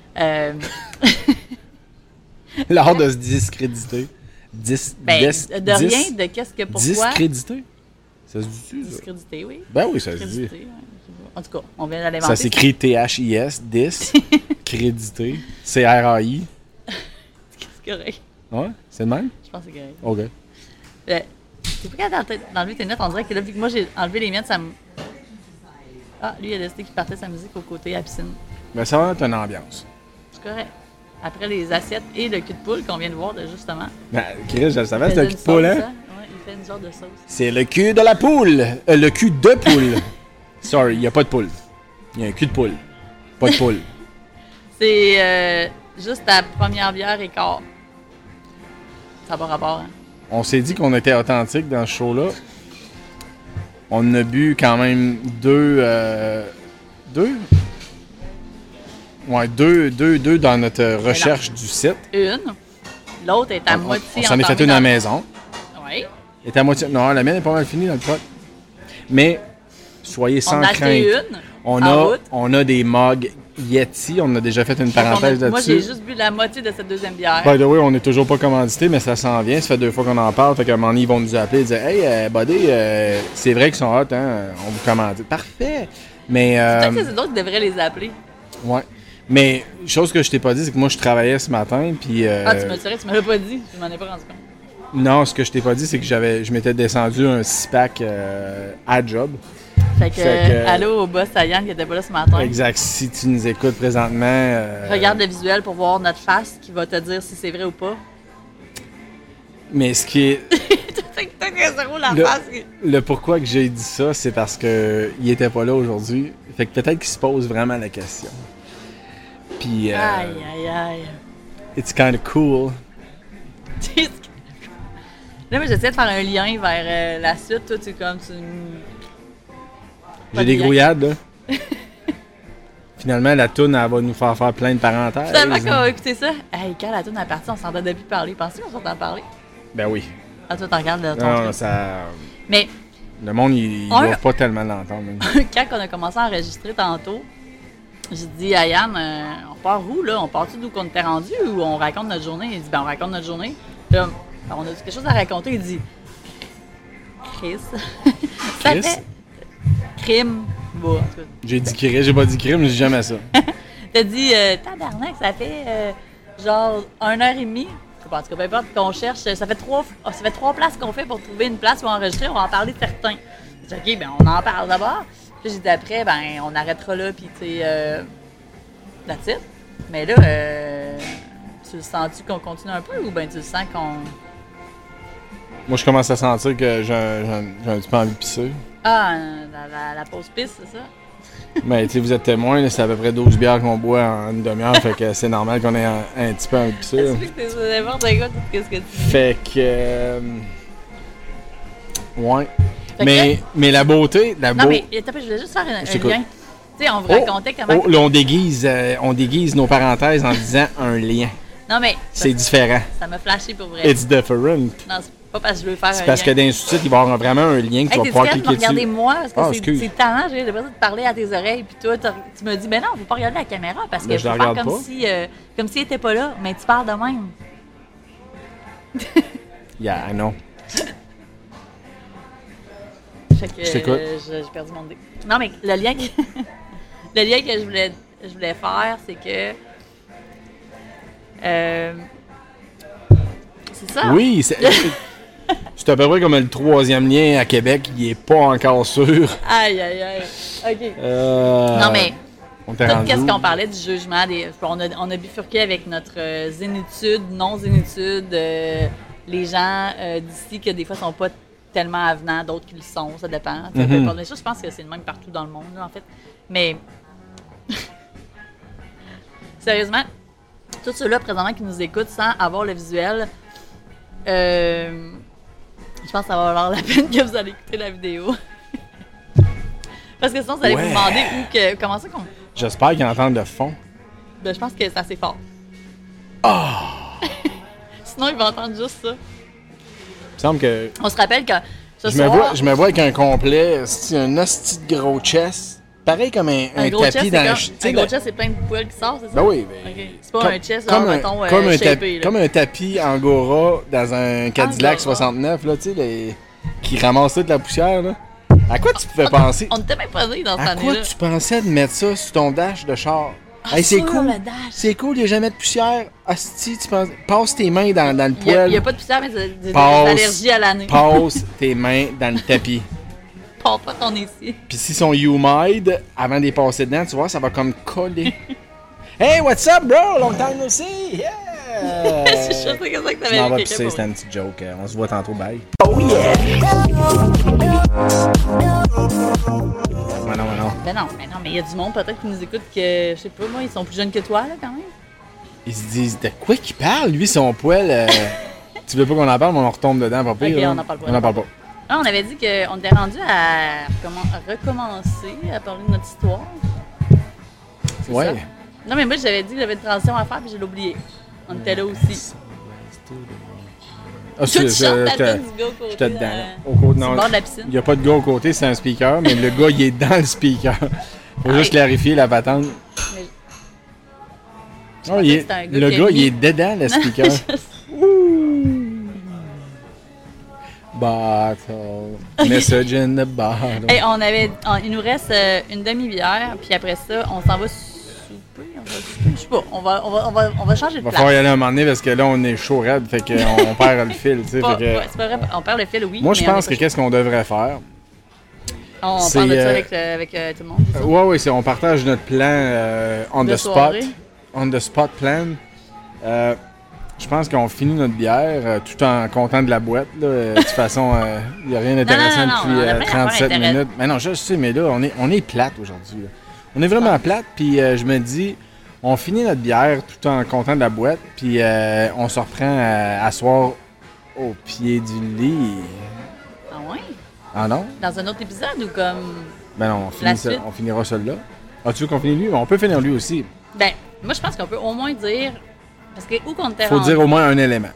S3: L'art de se discréditer.
S1: De rien, de qu'est-ce que pourquoi.
S3: Discréditer? Ça se dit-tu, ça?
S1: Discréditer, oui.
S3: Ben oui, ça se dit.
S1: Ouais. En tout cas, on vient d'aller inventer.
S3: Ça s'écrit T-H-I-S, créditer, C-R-A-I.
S1: C'est correct.
S3: Ouais, c'est le même?
S1: Je pense que c'est correct.
S3: OK.
S1: T'es pas capable d'enlever tes notes, on dirait que là, vu que moi j'ai enlevé les miennes, ça me... Ah, lui, il a décidé qu'il partait sa musique au côté à la piscine.
S3: Ben ça va être une ambiance.
S1: C'est correct. Après les assiettes et le cul de poule qu'on vient de voir, justement.
S3: Ben, Chris, je le savais, c'est un cul de poule, hein?
S1: Ouais, il fait une sorte de sauce.
S3: C'est le cul de la poule! Le cul de poule! Sorry, il n'y a pas de poule. Il y a un cul de poule. Pas de poule.
S1: C'est juste ta première bière et quart. Ça n'a pas rapport, hein?
S3: On s'est dit qu'on était authentique dans ce show-là. On a bu quand même deux dans notre recherche du site.
S1: Une. L'autre est à moitié.
S3: On s'en est fait une à la maison.
S1: Oui.
S3: Elle est à moitié. Non, la mienne est pas mal finie dans le pot. Mais soyez sans crainte. On a des mugs Yeti. On a déjà fait une parenthèse là-dessus.
S1: Moi, j'ai juste bu la moitié de cette deuxième bière.
S3: By the way, on n'est toujours pas commandité, mais ça s'en vient. Ça fait 2 fois qu'on en parle. Fait qu'à un moment donné, ils vont nous appeler et dire « Hey, buddy, c'est vrai qu'ils sont hot, hein? On vous commande. » Parfait! Mais...
S1: Peut-être que c'est d'autres qui devraient les appeler.
S3: Ouais. Mais, chose que je t'ai pas dit, c'est que moi, je travaillais ce matin, puis...
S1: Ah, tu me l'as pas dit. Je m'en ai pas rendu compte.
S3: Non, ce que je t'ai pas dit, c'est que je m'étais descendu un 6-pack à job.
S1: Fait que allô au boss à Yann qui était pas là ce matin.
S3: Exact. Si tu nous écoutes présentement...
S1: Regarde le visuel pour voir notre face qui va te dire si c'est vrai ou pas.
S3: Mais ce qui est...
S1: face.
S3: Le pourquoi que j'ai dit ça, c'est parce que il était pas là aujourd'hui. Fait que peut-être qu'il se pose vraiment la question. Puis...
S1: aïe.
S3: It's kind of cool.
S1: Là, moi, j'essaie de faire un lien vers la suite. Toi, tu comme...
S3: J'ai des grouillades, là. Finalement, la toune, elle va nous faire plein de parenthèses.
S1: Finalement, qu'on va écouter ça. Hey, quand la toune est partie, on s'entendait plus parler. Penses-tu qu'on s'entend parler?
S3: Ben oui.
S1: Ah, toi, t'en regardes ton
S3: non,
S1: truc.
S3: ça...
S1: Mais...
S3: Le monde, il ne doit pas tellement l'entendre.
S1: Quand on a commencé à enregistrer tantôt, j'ai dit à Yann, on part où, là? On part-tu d'où qu'on était rendu ou on raconte notre journée? Il dit, ben, on raconte notre journée. Là, on a quelque chose à raconter. Il dit, Chris. Ça fait... Crime. Bon,
S3: j'ai dit crime, j'ai pas dit crime, je dis jamais ça.
S1: T'as dit, tabarnak, ça fait genre 1h30. En tout cas, peu importe qu'on cherche, ça fait 3 places qu'on fait pour trouver une place où enregistrer, on va en parler de certains. J'ai dit, OK, ben on en parle d'abord. Puis j'ai dit après, ben on arrêtera là, puis tu sais, that's it. Mais là, tu le sens-tu qu'on continue un peu ou ben tu le sens qu'on...
S3: Moi, je commence à sentir que j'ai un petit peu envie de pisser.
S1: Ah, la pause pisse, c'est ça?
S3: Mais tu sais, vous êtes témoin, là, c'est à peu près 12 bières qu'on boit en une demi-heure, fait que c'est normal qu'on ait un petit peu envie de pisser.
S1: C'est que t'es n'importe quoi, tout ce que tu dis.
S3: Fait que... ouais. Mais la beauté...
S1: Non, mais je voulais juste faire un lien. Tu sais, on vous racontait comment...
S3: Oh, là, on déguise nos parenthèses en disant un lien.
S1: Non, mais...
S3: C'est différent.
S1: Ça m'a flashé pour vrai.
S3: It's different.
S1: Non, c'est Pas parce que je veux faire
S3: C'est
S1: un
S3: parce que
S1: lien.
S3: dans les sous-titres, il va y avoir vraiment un lien que tu vas pouvoir cliquer dessus.
S1: Regardez-moi, parce que
S3: excuse.
S1: c'est talent, j'ai l'impression de te parler à tes oreilles, puis toi, tu me dis, ben non, faut pas regarder la caméra, parce que
S3: Ben, je
S1: faut
S3: la
S1: faire
S3: regarde
S1: comme
S3: pas.
S1: si, comme s'il était pas là, mais tu parles de même.
S3: Yeah, I know.
S1: Fait que
S3: Je t'écoute.
S1: j'ai perdu mon idée. Non, mais le lien que, le lien que je voulais faire, c'est que. C'est ça.
S3: Oui, c'est à peu près comme le 3e lien à Québec, il est pas encore sûr.
S1: Aïe, aïe, aïe. OK. Non, mais.
S3: On t'a
S1: Tout
S3: rendu
S1: qu'est-ce
S3: où?
S1: qu'on parlait du jugement, on a bifurqué avec notre zénitude, non-zénitude, les gens d'ici que des fois sont pas tellement avenants, d'autres qui le sont, ça dépend. Peu importe. Mais ça, je pense que c'est le même partout dans le monde, là, en fait. Mais sérieusement, tous ceux-là présentement qui nous écoutent sans avoir le visuel, je pense que ça va valoir la peine que vous allez écouter la vidéo. Parce que sinon, vous allez vous demander comment ça qu'on...
S3: J'espère qu'ils entendent le fond.
S1: Ben, je pense que c'est assez fort. Sinon, ils vont entendre juste ça.
S3: Il me semble que
S1: On se rappelle que ce
S3: je me
S1: soir...
S3: vois avec un complet, c'est un hostie de gros chest. Pareil comme un
S1: gros chest,
S3: tapis dans le...
S1: un gros chest, c'est plein de poils qui sortent, c'est ça?
S3: Ben oui, ben,
S1: OK. C'est pas un chest,
S3: comme
S1: genre,
S3: un,
S1: mettons,
S3: comme, un
S1: shapé, là.
S3: comme un tapis Angora dans un Cadillac
S1: Angora.
S3: 69, là, tu sais, qui ramasse toute la poussière, là. À quoi tu pouvais penser?
S1: On n'était même pas nés dans cette
S3: À quoi
S1: année-là.
S3: tu pensais de mettre ça sur ton dash de char?
S1: Ah,
S3: Hey, c'est
S1: sur
S3: cool.
S1: le dash.
S3: C'est cool, il n'y a jamais de poussière. Asti, tu penses... Passe tes mains dans le
S1: Il
S3: poêle.
S1: n'y a pas de poussière, mais c'est des
S3: Passe.
S1: allergies à l'année.
S3: Passe tes mains dans le tapis.
S1: Pas ton ici.
S3: Puis s'ils sont humide, avant de les passer dedans, tu vois, ça va comme coller. Hey, what's up, bro? Long time no see! Yeah!
S1: Je suis sûre que c'est ça que
S3: Je
S1: t'avais
S3: m'en vais
S1: écrit
S3: pisser,
S1: pour
S3: c'était une petite joke. On se voit tantôt, bye.
S2: Oh yeah.
S3: Mais non.
S1: Ben non, mais il y a du monde peut-être qui nous écoute que, je sais pas, moi, ils sont plus jeunes que toi, là, quand même.
S3: Ils se disent, de quoi qu'il parle? Lui, son poêle, tu veux pas qu'on en parle, mais on retombe dedans, pas pire.
S1: Ok,
S3: là.
S1: on en parle pas.
S3: On en parle pas.
S1: Ah, on avait dit qu'on était rendu à recommencer à parler de notre histoire. C'est
S3: Ouais.
S1: ça? Non, mais moi, j'avais dit que j'avais une transition à faire, puis je l'ai oublié. On était là aussi.
S3: Ah,
S1: Tu
S3: je
S1: chantes la
S3: j'étais
S1: tune du gars au côté.
S3: j'étais dedans.
S1: dans-
S3: là. Au côté,
S1: sur
S3: non.
S1: le bord de la piscine.
S3: Il n'y a pas de gars au côté, c'est un speaker, mais le gars, il est dans le speaker. Faut juste clarifier la patente.
S1: Mais-
S3: Oh,
S1: pensais que c'était un gars
S3: le
S1: qui a
S3: gars, il
S1: mis-
S3: est dedans, le speaker. Bottle. Message in the bottle.
S1: Hey, il nous reste une demi-bière, puis après ça, on s'en va souper. On va souper. Je sais pas, on va changer de
S3: Il va
S1: place.
S3: falloir y aller à un moment donné parce que là, on est chaud raide, fait qu'on perd le fil, tu sais.
S1: Pas-
S3: fait que-
S1: ouais, c'est pas vrai, on perd le fil, oui.
S3: Moi, je
S1: mais on
S3: pense
S1: est
S3: que
S1: pas
S3: qu'est-ce qu'on devrait faire?
S1: chaud. On
S3: c'est,
S1: parle de ça avec tout le monde. c'est ça?
S3: Ouais, on partage notre plan on
S1: De
S3: the spot.
S1: soirée.
S3: On the spot plan. Je pense qu'on finit notre bière tout en comptant de la boîte. Là. De toute façon, il n'y a rien d'intéressant
S1: non, on a
S3: depuis
S1: plein d'affaires
S3: 37
S1: intéressantes.
S3: minutes. Mais non, je sais, mais là, on est plate aujourd'hui. Là. On est vraiment plate, puis je me dis, on finit notre bière tout en comptant de la boîte, puis on se reprend à asseoir au pied du lit.
S1: Ah ouais?
S3: Ah non?
S1: Dans un autre épisode ou comme.
S3: Ben non,
S1: La suite?
S3: on finira celui-là. Ah, tu veux qu'on finisse lui? On peut finir lui aussi.
S1: Ben, moi, je pense qu'on peut au moins dire. Parce que où qu'on était
S3: Faut
S1: rendu,
S3: dire au moins un élément.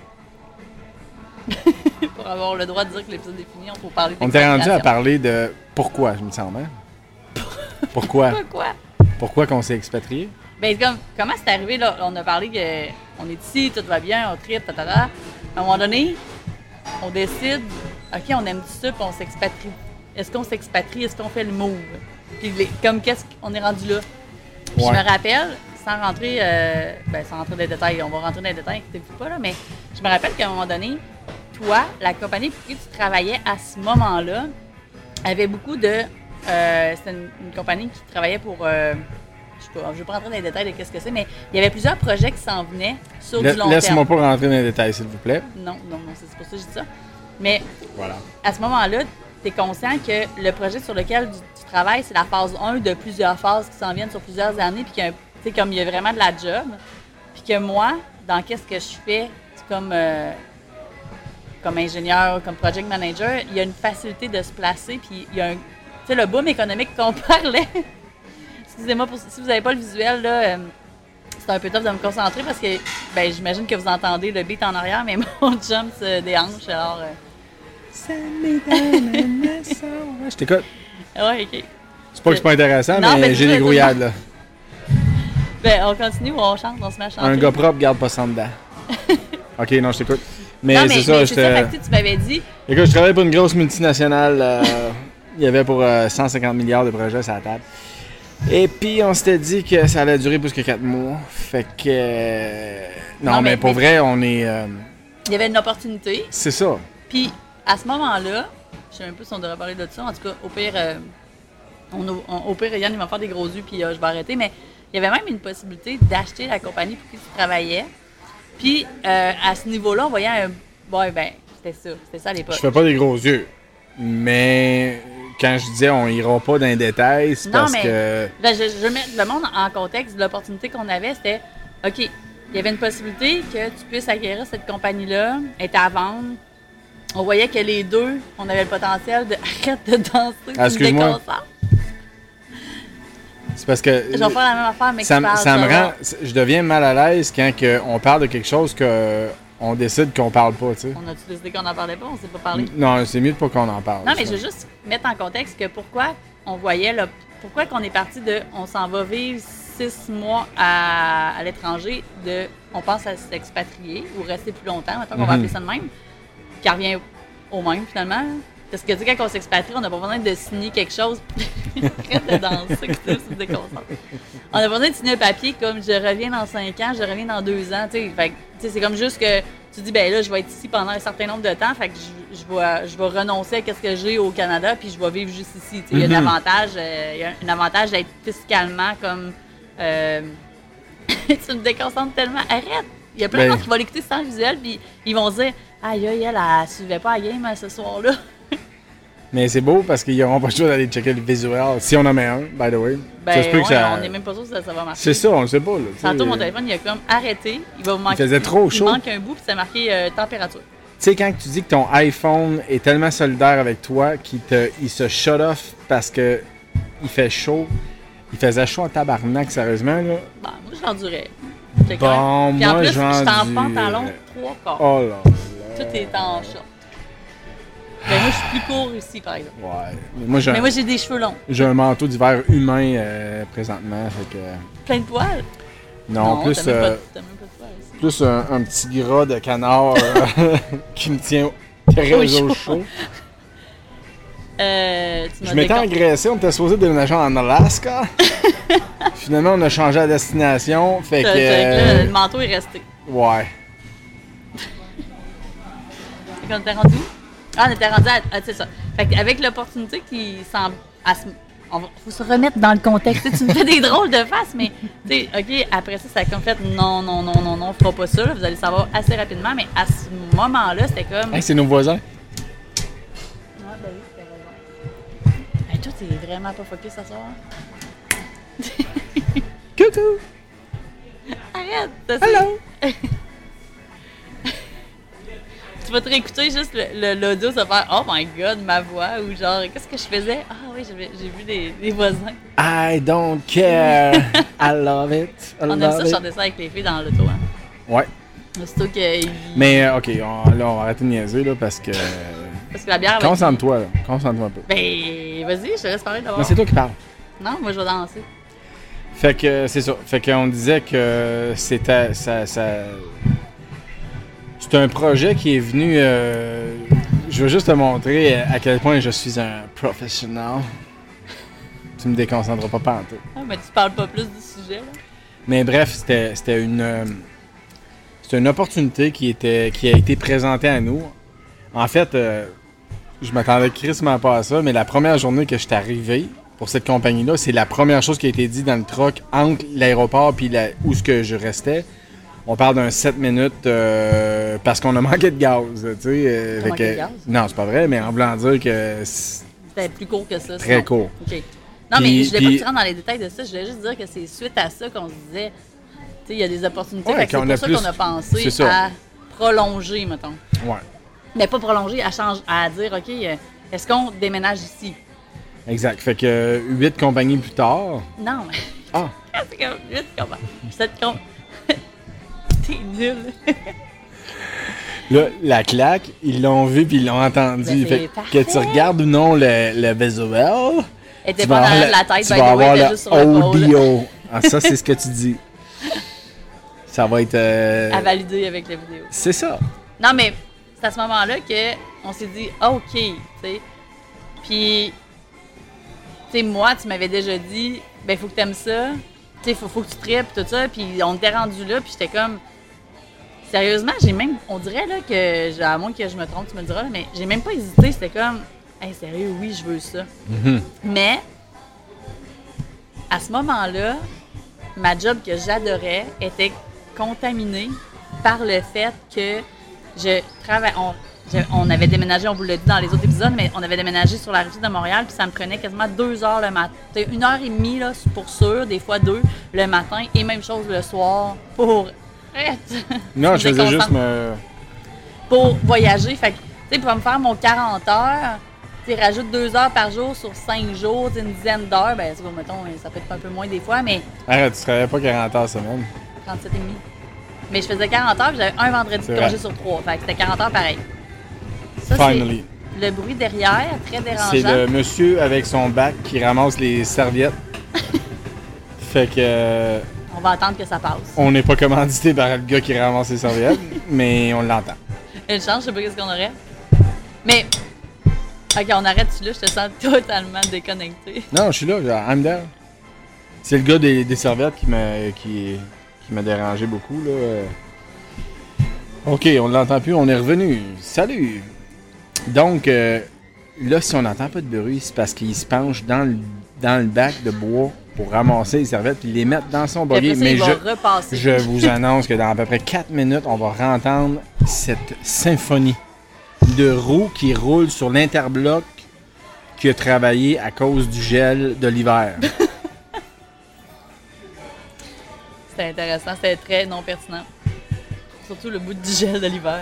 S1: pour avoir le droit de dire que l'épisode est fini, on peut parler
S3: On était rendu à
S1: d'exagération.
S3: parler de pourquoi, je me semble. Hein? Pourquoi?
S1: Pourquoi?
S3: Pourquoi qu'on s'est expatrié?
S1: Ben, comment c'est arrivé, là? On a parlé qu'on est ici, tout va bien, on tripe, tatata. À un moment donné, on décide, OK, on aime ça, puis on s'expatrie. Est-ce qu'on s'expatrie? Est-ce qu'on fait le move? Puis, comme qu'est-ce qu'on est rendu là? Puis
S3: Ouais.
S1: je me rappelle, sans rentrer dans les détails, on va rentrer dans les détails, inquiétez-vous pas, là, mais je me rappelle qu'à un moment donné, toi, la compagnie pour qui tu travaillais à ce moment-là, avait beaucoup de... c'était une compagnie qui travaillait pour... je sais pas, je ne vais pas rentrer dans les détails de qu'est-ce que c'est, mais il y avait plusieurs projets qui s'en venaient sur du long
S3: Laisse-moi
S1: terme.
S3: pas rentrer dans les détails, s'il vous plaît.
S1: Non, c'est pour ça que je dis ça. Mais
S3: Voilà.
S1: à ce moment-là, tu es conscient que le projet sur lequel tu travailles, c'est la phase 1 de plusieurs phases qui s'en viennent sur plusieurs années, puis que, comme il y a vraiment de la job, puis que moi, dans qu'est-ce que je fais, comme ingénieur, comme project manager, il y a une facilité de se placer, puis il y a un... Tu sais, le boom économique qu'on parlait, excusez-moi, si vous n'avez pas le visuel, là, c'est un peu tough de me concentrer parce que, ben, j'imagine que vous entendez le beat en arrière, mais mon chum se déhanche, alors
S3: Je t'écoute.
S1: Ouais, OK.
S3: C'est pas que c'est pas intéressant,
S1: Non,
S3: mais
S1: mais
S3: j'ai
S1: c'est
S3: des
S1: ça,
S3: grouillades, là.
S1: Ben, on continue ou on chante? On se met à chanter?
S3: Un gars propre garde pas ça dedans. OK, non, je t'écoute. Mais
S1: Non,
S3: c'est ça,
S1: mais
S3: j'étais...
S1: fait que tu m'avais dit...
S3: Écoute, je travaillais pour une grosse multinationale. Il y avait pour 150 milliards de projets sur la table. Et puis, on s'était dit que ça allait durer plus que 4 mois. Fait que... Non, mais pour vrai, on est...
S1: Il y avait une opportunité.
S3: C'est ça.
S1: Puis, à ce moment-là, je sais même pas si on devrait parler de ça. En tout cas, au pire, Yann, il va me faire des gros yeux, puis je vais arrêter. Mais il y avait même une possibilité d'acheter la compagnie pour qui tu travaillais. Puis, à ce niveau-là, on voyait un... Ouais, ben, c'était ça à l'époque.
S3: Je fais pas des gros yeux. Mais quand je disais on ira pas dans les détails, c'est parce que...
S1: Là, je mets le monde en contexte. L'opportunité qu'on avait, c'était, OK, il y avait une possibilité que tu puisses acquérir cette compagnie-là, elle était à vendre. On voyait que les deux, on avait le potentiel de arrête de danser,
S3: excuse-moi. C'est parce que...
S1: Je vais faire la même affaire, mais
S3: ça me rend... Je deviens mal à l'aise quand on parle de quelque chose qu'on décide qu'on parle pas, tu sais.
S1: On a-tu décidé qu'on n'en parlait pas? On s'est pas parlé?
S3: Non, c'est mieux de pas qu'on en parle.
S1: Non, mais je veux juste mettre en contexte que pourquoi on voyait... pourquoi qu'on est parti de... On s'en va vivre 6 mois à l'étranger, on pense à s'expatrier ou rester plus longtemps, maintenant qu'on va appeler ça de même, qui revient au même, finalement. Parce que, tu sais, quand on s'expatrie, on n'a pas besoin de signer quelque chose. Arrête de danser, que ça me déconcentre. On a besoin de signer un papier comme je reviens dans 5 ans, je reviens dans 2 ans. Tu sais, c'est comme juste que tu dis, ben là, je vais être ici pendant un certain nombre de temps, fait que je vais renoncer à ce que j'ai au Canada, puis je vais vivre juste ici. Il y a un avantage d'être fiscalement comme. Tu me déconcentres tellement. Arrête! Il y a plein de gens qui vont l'écouter sans visuel, puis ils vont se dire, aïe, elle suivait pas la game ce soir-là.
S3: Mais c'est beau parce qu'ils n'auront pas le choix d'aller checker le visuel. Si on en met un, by the way.
S1: Ben, on n'est même pas sûr que ça va marcher.
S3: C'est ça, on le sait pas. Là,
S1: tantôt, mon téléphone, il a comme arrêté. Il va vous manquer.
S3: Il faisait trop chaud.
S1: Il manque un bout, puis ça marqué température.
S3: Tu sais, quand tu dis que ton iPhone est tellement solidaire avec toi qu'il se shut off parce que il fait chaud, il faisait chaud en tabarnak, sérieusement, là.
S1: Ben, moi, je l'endurais.
S3: Bon,
S1: puis en
S3: moi,
S1: plus, je suis en
S3: du...
S1: pantalon 3/4.
S3: Oh là là.
S1: Tout est en short. Mais moi, je suis plus court ici, par exemple.
S3: Ouais.
S1: Mais moi, j'ai des cheveux longs.
S3: J'ai un manteau d'hiver humain présentement. Fait que...
S1: Plein de poils?
S3: Non, plus,
S1: t'as même pas de poils ici.
S3: Plus un petit gras de canard qui me tient très au chaud. Je m'étais engraissé, on était supposé déménager en Alaska. Finalement, on a changé la destination. Fait que.
S1: Le manteau est resté.
S3: Ouais.
S1: Fait qu'on était rendu où? Ah, on était rendu à. C'est ça. Fait qu'avec l'opportunité qui semble. Faut se remettre dans le contexte. Tu me fais des drôles de faces, mais tu sais, OK, après ça a comme fait non, on fera pas ça. Là, vous allez savoir assez rapidement, mais à ce moment-là, c'était comme.
S3: Hey, c'est nos voisins.
S1: Ah, ben oui, t'as raison. Hey, toi, t'es vraiment pas focus ce soir.
S3: Coucou!
S1: Arrête!
S3: Hello!
S1: Tu vas te réécouter juste l'audio, ça va faire oh my god, ma voix, ou genre, qu'est-ce que je faisais? Ah oui, j'ai vu des voisins.
S3: I don't care! I love it!
S1: On aime ça chanter ça avec les filles dans l'auto, hein?
S3: Ouais.
S1: Aussitôt que.
S3: Mais, OK, là, on va arrêter de niaiser, là, parce que.
S1: Parce que la bière.
S3: Concentre-toi, là. Concentre-toi un peu.
S1: Ben, vas-y, je te laisse parler d'abord.
S3: Non, c'est toi qui parles.
S1: Non, moi, je vais danser.
S3: Fait que, c'est ça. Fait qu'on disait que c'était. C'est un projet qui est venu. Je veux juste te montrer à quel point je suis un professionnel. Tu me déconcentreras pas pantoute.
S1: Ah, mais tu parles pas plus du sujet, là.
S3: Mais bref, c'était une opportunité qui a été présentée à nous. En fait, je m'attendais crissement pas à ça, mais la première journée que je suis arrivé pour cette compagnie-là, c'est la première chose qui a été dit dans le truck entre l'aéroport et où ce que je restais. On parle d'un 7 minutes parce qu'on a manqué de gaz.
S1: Manqué de gaz?
S3: Non, c'est pas vrai, mais en voulant dire que...
S1: C'était plus court que ça.
S3: Très
S1: sinon.
S3: court.
S1: OK. Non, mais je voulais pas que tu rentres dans les détails de ça. Je voulais juste dire que c'est suite à ça qu'on se disait, tu sais, il y a des opportunités.
S3: Ouais,
S1: c'est pour ça qu'on a pensé à prolonger, mettons.
S3: Ouais.
S1: Mais pas prolonger, à dire, OK, est-ce qu'on déménage ici?
S3: Exact. Fait que 8 compagnies plus tard...
S1: Non, mais...
S3: Ah!
S1: C'est comme 8 compagnies. 7 compagnies. T'es nul.
S3: Là, la claque, ils l'ont vu puis ils l'ont entendu.
S1: Ben,
S3: Fait que
S1: parfait.
S3: tu regardes ou non le visuel,
S1: Elle était
S3: tu
S1: pas
S3: vas
S1: dans
S3: avoir
S1: la tête,
S3: tu
S1: by
S3: vas
S1: the way,
S3: avoir
S1: elle était
S3: le
S1: juste sur l'épaule.
S3: audio. Ah, ça, c'est ce que tu dis. Ça va être...
S1: À valider avec la vidéo.
S3: C'est ça.
S1: Non, mais c'est à ce moment-là qu'on s'est dit, ah, OK, tu sais. Puis, tu sais, moi, tu m'avais déjà dit, ben, faut que t'aimes ça. Tu sais, faut que tu tripes, tout ça. Puis, on était rendu là, puis j'étais comme. Sérieusement, j'ai même. On dirait, là, que. À moins que je me trompe, tu me le diras, là, mais j'ai même pas hésité. C'était comme, hey, sérieux, oui, je veux ça. Mais, à ce moment-là, ma job que j'adorais était contaminée par le fait que je travaille. On avait déménagé, on vous l'a dit dans les autres épisodes, mais on avait déménagé sur la rive de Montréal, puis ça me prenait quasiment 2 heures le matin. 1h30 là, pour sûr, des fois 2 le matin, et même chose le soir pour.
S3: Non, je faisais juste
S1: pour voyager. Fait que, tu sais, pour me faire mon 40 heures, tu rajoutes 2 heures par jour sur 5 jours, une dizaine d'heures, ben, c'est bon, mettons, ça peut être un peu moins des fois, mais.
S3: Arrête, tu travaillais pas 40 heures semaine.
S1: 37,5. Mais je faisais 40 heures, puis j'avais un vendredi de congé sur 3. Fait que c'était 40 heures pareil. Ça,
S3: Finally.
S1: c'est le bruit derrière, très dérangeant.
S3: C'est le monsieur avec son bac qui ramasse les serviettes. Fait que...
S1: On va attendre que ça passe.
S3: On n'est pas commandité par le gars qui ramasse les serviettes, mais on l'entend.
S1: Une chance, je sais pas qu'est-ce qu'on aurait. Mais, ok, on arrête-tu là? Je te sens totalement déconnecté.
S3: Non, je suis là, I'm there. C'est le gars des serviettes qui m'a dérangé beaucoup, là. OK, on l'entend plus, on est revenu. Salut! Donc, là, si on n'entend pas de bruit, c'est parce qu'il se penche dans le bac de bois pour ramasser les serviettes et les mettre dans son buggy. Mais je vous annonce que dans à peu près 4 minutes, on va entendre cette symphonie de roues qui roulent sur l'interbloc qui a travaillé à cause du gel de l'hiver.
S1: C'était intéressant, c'était très non pertinent. Surtout le bout du gel de l'hiver.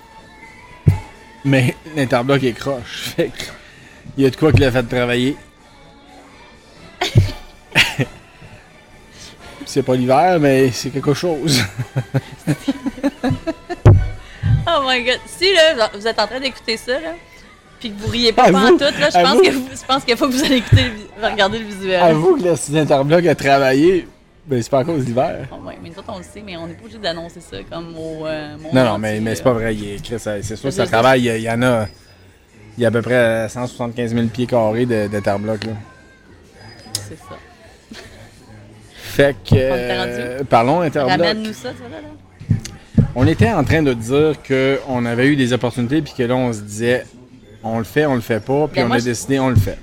S3: Mais l'interbloc est croche. Fait que il y a de quoi qui l'a fait travailler. C'est pas l'hiver, mais c'est quelque chose.
S1: Oh my god. Si là, vous êtes en train d'écouter ça, là, puis que vous riez pas en tout, là, je pense qu'il faut que vous allez regarder le visuel.
S3: Avoue que le site Interbloc a travaillé, ben c'est pas à cause d'hiver.
S1: Oh, ouais, mais nous autres, on le sait, mais on n'est pas obligé d'annoncer ça comme au monde
S3: Non,
S1: entier,
S3: mais c'est pas vrai. C'est sûr que ça travaille. Il y en a. Il y a à peu près 175 000 pieds carrés d'Interbloc, là.
S1: C'est ça.
S3: Fait que. Parlons Interbloc.
S1: Ramène-nous ça, tu vois, là.
S3: On était en train de dire qu'on avait eu des opportunités, puis que là, on se disait, on le fait pas, puis
S1: ben
S3: on a décidé, on le fait.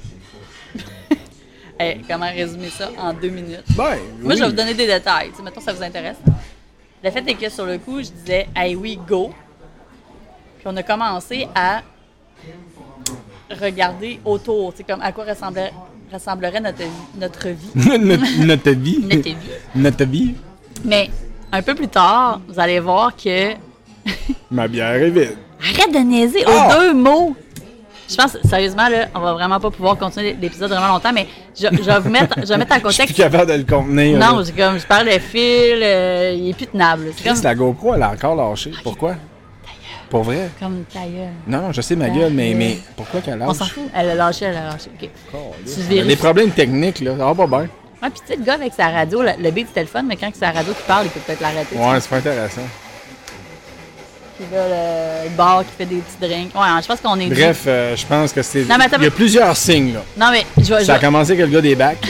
S1: Hey, comment résumer ça en 2 minutes?
S3: Ben,
S1: Moi,
S3: oui.
S1: je vais vous donner des détails. T'sais, mettons, ça vous intéresse. Le fait est que sur le coup, je disais, hey, oui, go. Puis on a commencé à regarder autour. C'est comme à quoi ressemblerait notre vie.
S3: Notre vie.
S1: Notre vie.
S3: Notre vie.
S1: Mais un peu plus tard, vous allez voir que.
S3: Ma bière est vide.
S1: Arrête de niaiser aux 2 mots! Je pense, sérieusement, là, on va vraiment pas pouvoir continuer l'épisode vraiment longtemps, mais je vais vous mettre en
S3: Je suis
S1: contexte.
S3: plus capable de le contenir.
S1: Non,
S3: là.
S1: je parle de fil, il est plus tenable. C'est
S3: Chris, la GoPro, elle a encore lâché. Pourquoi? Pour vrai?
S1: comme ta gueule.
S3: Non, je sais ma gueule, mais pourquoi qu'elle lâche?
S1: On s'en fout. Elle a lâché. OK. Tu
S3: Il y a des problèmes techniques, là. Ça va pas bien.
S1: Ouais, puis tu sais, le gars avec sa radio, le beat c'était le fun, mais quand c'est la radio qui parle, il peut peut-être l'arrêter.
S3: Ouais, c'est pas intéressant.
S1: Puis là, le bar qui fait des petits drinks. Ouais, je pense qu'on est
S3: Bref, je pense que c'est.
S1: Non, mais attends,
S3: il y a plusieurs signes, là.
S1: Non, mais
S3: Ça a commencé avec le gars des bacs.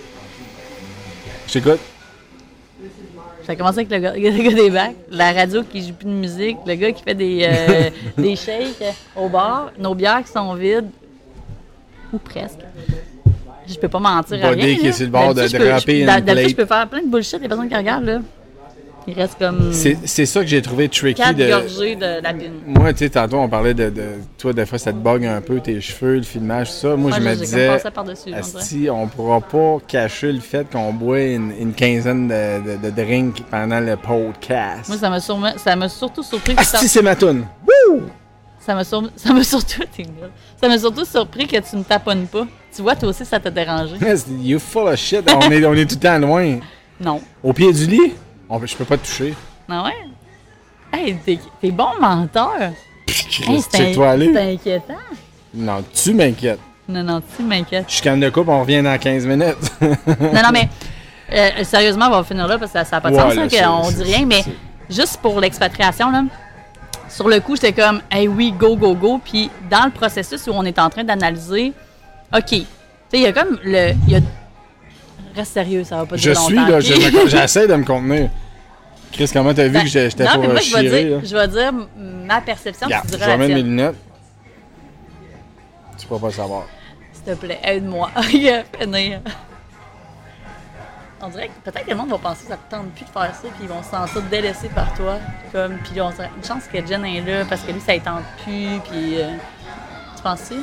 S3: Je t'écoute.
S1: Ça a commencé avec le gars des bacs, la radio qui joue plus de musique, le gars qui fait des shakes au bar, nos bières qui sont vides. Ou presque. Je peux pas mentir à
S3: Body
S1: rien.
S3: qui est sur le bord de
S1: D'habitude,
S3: draper une
S1: d'habitude,
S3: plate.
S1: je peux faire plein de bullshit, les personnes qui regardent, là. Il reste comme
S3: C'est ça que j'ai trouvé tricky
S1: 4
S3: de.
S1: gorgées de la pine.
S3: Moi, tu sais, tantôt, on parlait de. Toi, des fois, ça te bug un peu, tes cheveux, le filmage, tout ça. Moi,
S1: Moi,
S3: je me
S1: j'ai
S3: disais.
S1: comme passé par-dessus, on dirait.
S3: Asti, on pourra pas cacher le fait qu'on boit une quinzaine de drinks pendant le podcast.
S1: Moi, ça m'a surtout surpris que
S3: Asti, c'est ma toune! Wouh!
S1: ça m'a surtout surpris que tu ne taponnes pas. Tu vois, toi aussi, ça t'a dérangé.
S3: You full of shit. On est tout le temps loin.
S1: Non.
S3: Au pied du lit, je peux pas te toucher.
S1: Ah ouais? Hey, t'es bon menteur. Hey,
S3: C'est toi aller.
S1: C'est inquiétant.
S3: Non, tu m'inquiètes.
S1: Non, tu m'inquiètes.
S3: Je canne de coupe, on revient dans 15 minutes.
S1: Non, mais sérieusement, on va finir là parce que ça n'a pas de sens, qu'on dit rien, mais juste pour l'expatriation, là, sur le coup, j'étais comme, hey, oui, go. Puis dans le processus où on est en train d'analyser, OK, tu sais, il y a comme reste sérieux, ça va pas durer longtemps.
S3: Je suis là, j'essaie de me contenir. Chris, comment t'as vu que j'étais
S1: non,
S3: pour
S1: moi,
S3: chier?
S1: Je vais dire ma perception,
S3: Regarde,
S1: tu
S3: je
S1: diras
S3: vais
S1: la
S3: mettre mes
S1: tienne.
S3: lunettes. Tu pourras pas le savoir.
S1: S'il te plaît, aide-moi à finir. On dirait que peut-être que le monde va penser que ça te tente plus de faire ça, puis ils vont se sentir délaissés par toi. Comme, puis on dirait, une chance que Jen est là, parce que lui, ça ne tente plus, puis... tu penses-tu?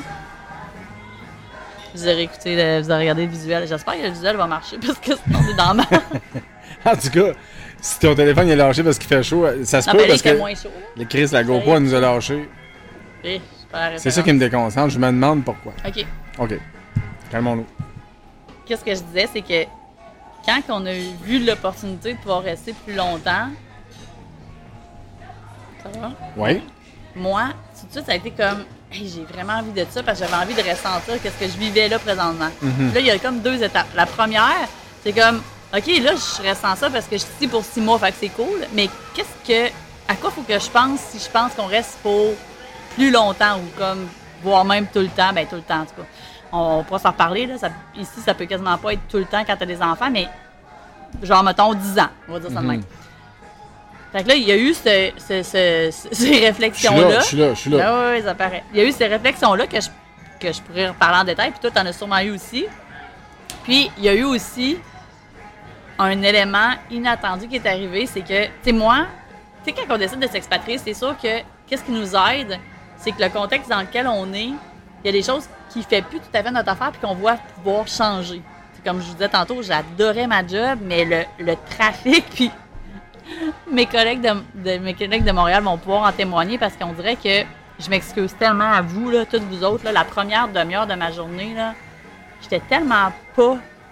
S1: Vous aurez écouté, vous aurez regardé le visuel. J'espère que le visuel va marcher, parce que sinon, on est dans ma...
S3: En tout cas, si ton téléphone est lâché parce qu'il fait chaud, ça se peut parce que
S1: moins chaud,
S3: le Chris, la GoPro, elle nous a lâché. C'est ça qui me déconcentre. Je me demande pourquoi. OK. Calmons-nous.
S1: Qu'est-ce que je disais, c'est que quand on a vu l'opportunité de pouvoir rester plus longtemps, ça va?
S3: Oui.
S1: Moi, tout de suite, ça a été comme, hey, j'ai vraiment envie de ça parce que j'avais envie de ressentir qu'est-ce que je vivais là présentement. Là, il y a comme 2 étapes. La première, c'est comme, OK, là, je ressens ça parce que je suis ici pour 6 mois, fait que c'est cool, mais à quoi faut que je pense si je pense qu'on reste pour plus longtemps ou comme, voire même tout le temps, tout le temps, en tout cas. On pourra s'en reparler, là. Ici, ça peut quasiment pas être tout le temps quand t'as des enfants, mais genre, mettons, 10 ans, on va dire ça de même. Fait que là, il y a eu ces réflexions-là.
S3: Je suis là.
S1: Oui, ça paraît. Il y a eu ces réflexions-là que je pourrais reparler en détail, puis toi, t'en as sûrement eu aussi. Puis, il y a eu aussi un élément inattendu qui est arrivé, c'est que, tu sais, moi, tu sais, quand on décide de s'expatrier, c'est sûr que qu'est-ce qui nous aide, c'est que le contexte dans lequel on est, il y a des choses qui ne fait plus tout à fait notre affaire puis qu'on voit pouvoir changer. C'est comme je vous disais tantôt, j'adorais ma job, mais le trafic, puis mes collègues de Montréal vont pouvoir en témoigner parce qu'on dirait que je m'excuse tellement à vous, là, toutes vous autres, là, la première demi-heure de ma journée, là, j'étais tellement pas...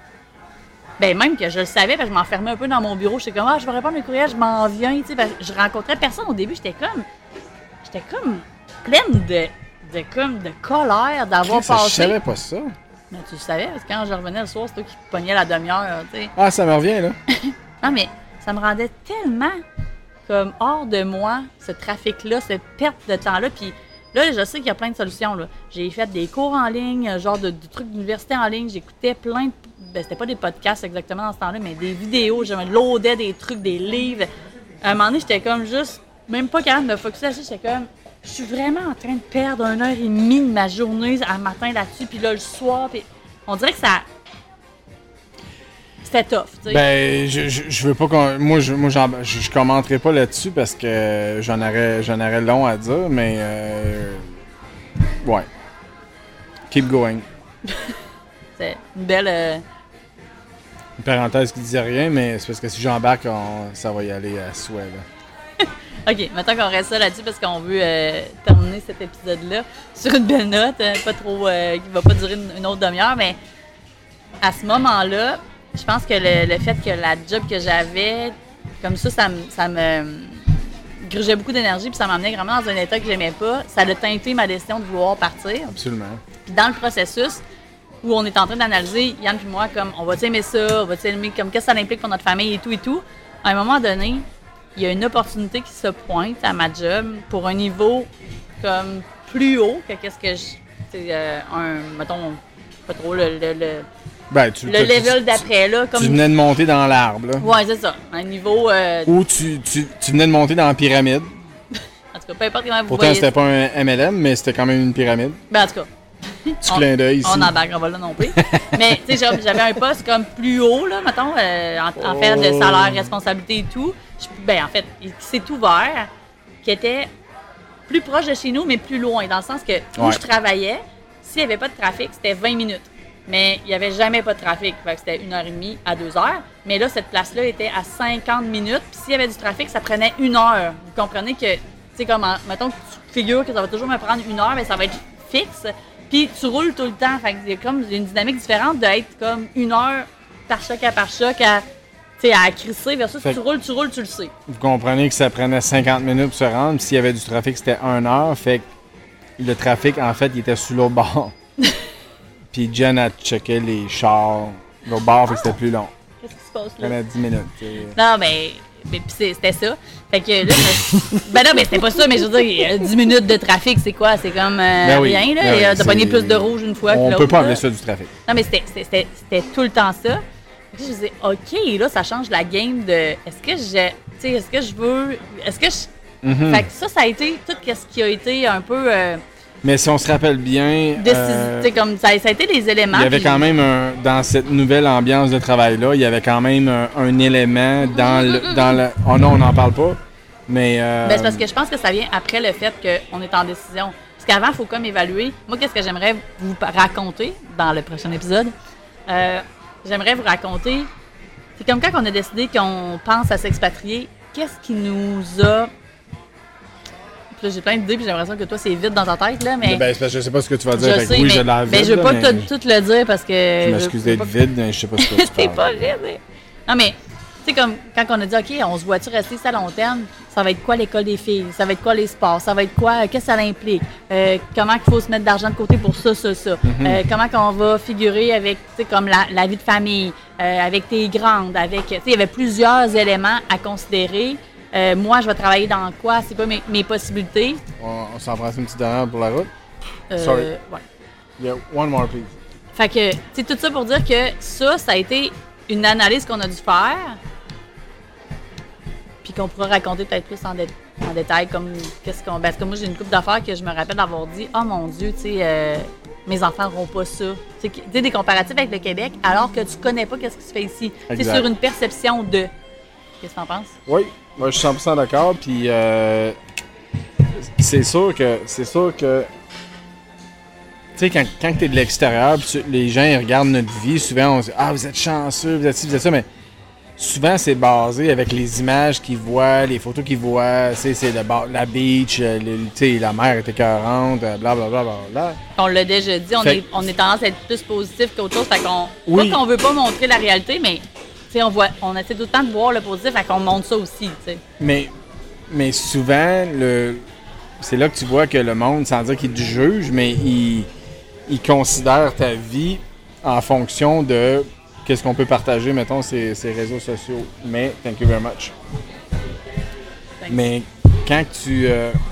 S1: même que je le savais, parce que je m'enfermais un peu dans mon bureau. J'étais comme, je vais répondre mes courriels, je m'en viens, tu sais, parce que je rencontrais personne au début. J'étais comme pleine de colère d'avoir passé.
S3: Je savais pas ça.
S1: Mais tu le savais, parce que quand je revenais le soir, c'est toi qui pognais la demi-heure, tu sais.
S3: Ah, ça me revient, là.
S1: Non, mais ça me rendait tellement comme hors de moi, ce trafic-là, cette perte de temps-là. Puis là, je sais qu'il y a plein de solutions, là. J'ai fait des cours en ligne, genre de trucs d'université en ligne. J'écoutais plein de... c'était pas des podcasts exactement dans ce temps-là, mais des vidéos. Je me loadais des trucs, des livres. À un moment donné, j'étais comme juste... même pas capable de me focusser là-dessus. J'étais comme... je suis vraiment en train de perdre 1h30 de ma journée à matin là-dessus, puis là, le soir, puis on dirait que ça... c'était tough, tu sais.
S3: Je veux pas qu'on... Moi, je commenterai pas là-dessus parce que j'en aurais long à dire, mais... ouais. Keep going.
S1: C'est une belle...
S3: Une parenthèse qui disait rien, mais c'est parce que si j'embarque, ça va y aller à souhait, là.
S1: OK, maintenant qu'on reste ça là-dessus parce qu'on veut terminer cet épisode-là sur une belle note, pas trop... qui va pas durer une autre demi-heure, mais à ce moment-là, je pense que le fait que la job que j'avais, comme ça me grugeait beaucoup d'énergie puis ça m'emmenait vraiment dans un état que j'aimais pas. Ça a teinté ma décision de vouloir partir.
S3: Absolument.
S1: Puis dans le processus où on est en train d'analyser, Yann puis moi, comme on va-tu aimer ça, on va-tu aimer, comme qu'est-ce que ça implique pour notre famille et tout, à un moment donné, il y a une opportunité qui se pointe à ma job pour un niveau comme plus haut que qu'est-ce que mettons, pas trop le level d'après, là. Comme...
S3: tu venais de monter dans l'arbre, là.
S1: Ouais, c'est ça. Un niveau...
S3: Ou tu venais de monter dans la pyramide.
S1: En tout cas, peu importe comment vous
S3: Pourtant,
S1: voyez...
S3: c'était pas un MLM, mais c'était quand même une pyramide.
S1: En tout cas...
S3: Petit clin d'œil ici.
S1: On n'embarquera pas là non plus. Mais, tu sais, j'avais un poste comme plus haut, là, mettons, en fait, de salaire, responsabilité et tout. En fait, il s'est ouvert, qui était plus proche de chez nous, mais plus loin, dans le sens que où je travaillais, s'il n'y avait pas de trafic, c'était 20 minutes. Mais il n'y avait jamais pas de trafic, fait que c'était 1h30 à 2h. Mais là, cette place-là était à 50 minutes, puis s'il y avait du trafic, ça prenait 1 heure. Vous comprenez que, tu sais, comme, mettons que tu figures que ça va toujours me prendre 1 heure, mais ça va être fixe. Puis tu roules tout le temps. Fait que c'est comme une dynamique différente d'être comme 1 heure par choc à Tu sais, à crisser versus
S3: Fait
S1: tu roules, tu le sais.
S3: Vous comprenez que ça prenait 50 minutes pour se rendre. S'il y avait du trafic, c'était 1 heure. Fait que le trafic, en fait, il était sur l'autre bord. Puis Jen a checké les chars l'autre bord, fait que c'était plus long.
S1: Qu'est-ce qui se passe
S3: Ça
S1: là?
S3: prenait 10 minutes.
S1: Non, mais puis c'était ça. Fait que là, ben non, mais c'était pas ça, mais je veux dire, 10 minutes de trafic, c'est quoi? C'est comme
S3: Ben oui,
S1: rien, là.
S3: ben oui,
S1: T'as pogné
S3: c'est-
S1: plus de rouge une fois que
S3: On
S1: l'autre.
S3: peut pas
S1: là.
S3: appeler ça du trafic.
S1: Non, mais c'était tout le temps ça. Puis je me disais, OK, là, ça change la game de est-ce que est-ce que je veux. Est-ce que je. Fait que ça a été tout ce qui a été un peu.
S3: Mais si on se rappelle bien,
S1: Comme ça a été les éléments.
S3: il y avait
S1: puis-
S3: quand même, dans cette nouvelle ambiance de travail-là, il y avait quand même un élément dans le... Oh non, on n'en parle pas, mais...
S1: Ben, c'est parce que je pense que ça vient après le fait qu'on est en décision. Parce qu'avant, il faut comme évaluer. Moi, qu'est-ce que j'aimerais vous raconter dans le prochain épisode? J'aimerais vous raconter. C'est comme quand on a décidé qu'on pense à s'expatrier, qu'est-ce qui nous a. Puis là, j'ai plein d'idées, puis j'ai l'impression que toi, c'est vite dans ta tête, là, mais.
S3: Ben, c'est parce que je sais pas ce que tu vas dire.
S1: je
S3: Fait que
S1: sais,
S3: oui,
S1: mais
S3: je l'ai
S1: ben, je veux pas tout le dire parce que.
S3: Je m'excuse d'être vide, mais je sais pas ce que tu
S1: C'est
S3: parles.
S1: pas vrai, mais. Non, mais, tu sais, comme quand on a dit, OK, on se voit-tu rester ici à long terme, ça va être quoi l'école des filles? Ça va être quoi les sports? Ça va être quoi? Qu'est-ce que ça implique? Comment il faut se mettre d'argent de côté pour ça? Comment qu'on va figurer avec, tu sais, comme la vie de famille, avec tes grandes, avec. Tu sais, il y avait plusieurs éléments à considérer. Moi, je vais travailler dans quoi? C'est pas mes possibilités.
S3: On s'en prend une petite dernière pour la route. Sorry.
S1: Ouais.
S3: Yeah, one more, please.
S1: Fait que, tu sais, tout ça pour dire que ça a été une analyse qu'on a dû faire, puis qu'on pourra raconter peut-être plus en détail, comme qu'est-ce qu'on. Parce que moi, j'ai une couple d'affaires que je me rappelle d'avoir dit, oh mon Dieu, tu sais, mes enfants n'auront pas ça. Tu sais, des comparatifs avec le Québec, alors que tu connais pas qu'est-ce qui se fait ici. C'est
S3: Exact.
S1: sur une perception de. Qu'est-ce que t'en penses?
S3: Oui, moi je suis 100% d'accord. Puis c'est sûr que tu sais, quand tu es de l'extérieur, puis les gens ils regardent notre vie, souvent on se dit ah vous êtes chanceux, vous êtes ci, vous êtes ça, mais souvent c'est basé avec les images qu'ils voient, les photos qu'ils voient, c'est la beach, tu sais, la mer est écœurante, blablabla.
S1: On l'a déjà dit, on est tendance à être plus positif qu'autre chose. Fait qu'on.
S3: Oui.
S1: Pas qu'on veut pas montrer la réalité, mais tu sais, on essaie tout le temps de voir le positif, fait qu'on montre ça aussi, tu sais.
S3: Mais souvent, c'est là que tu vois que le monde, sans dire qu'il te juge, mais il considère ta vie en fonction de qu'est-ce qu'on peut partager, mettons, ces réseaux sociaux. Mais, thank you very much.
S1: Thanks.
S3: Mais quand tu...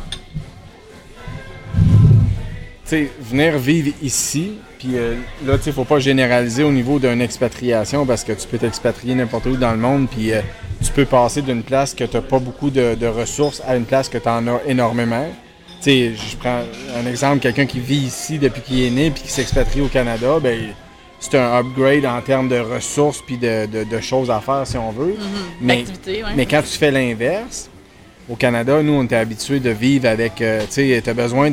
S3: tu sais, venir vivre ici, puis là, tu sais, faut pas généraliser au niveau d'une expatriation parce que tu peux t'expatrier n'importe où dans le monde, puis tu peux passer d'une place que tu n'as pas beaucoup de ressources à une place que tu en as énormément. Tu sais, je prends un exemple, quelqu'un qui vit ici depuis qu'il est né puis qui s'expatrie au Canada, ben c'est un upgrade en termes de ressources puis de choses à faire si on veut.
S1: D'activité, ouais.
S3: Mais quand tu fais l'inverse, au Canada, nous, on était habitués de vivre avec, tu sais, t'as besoin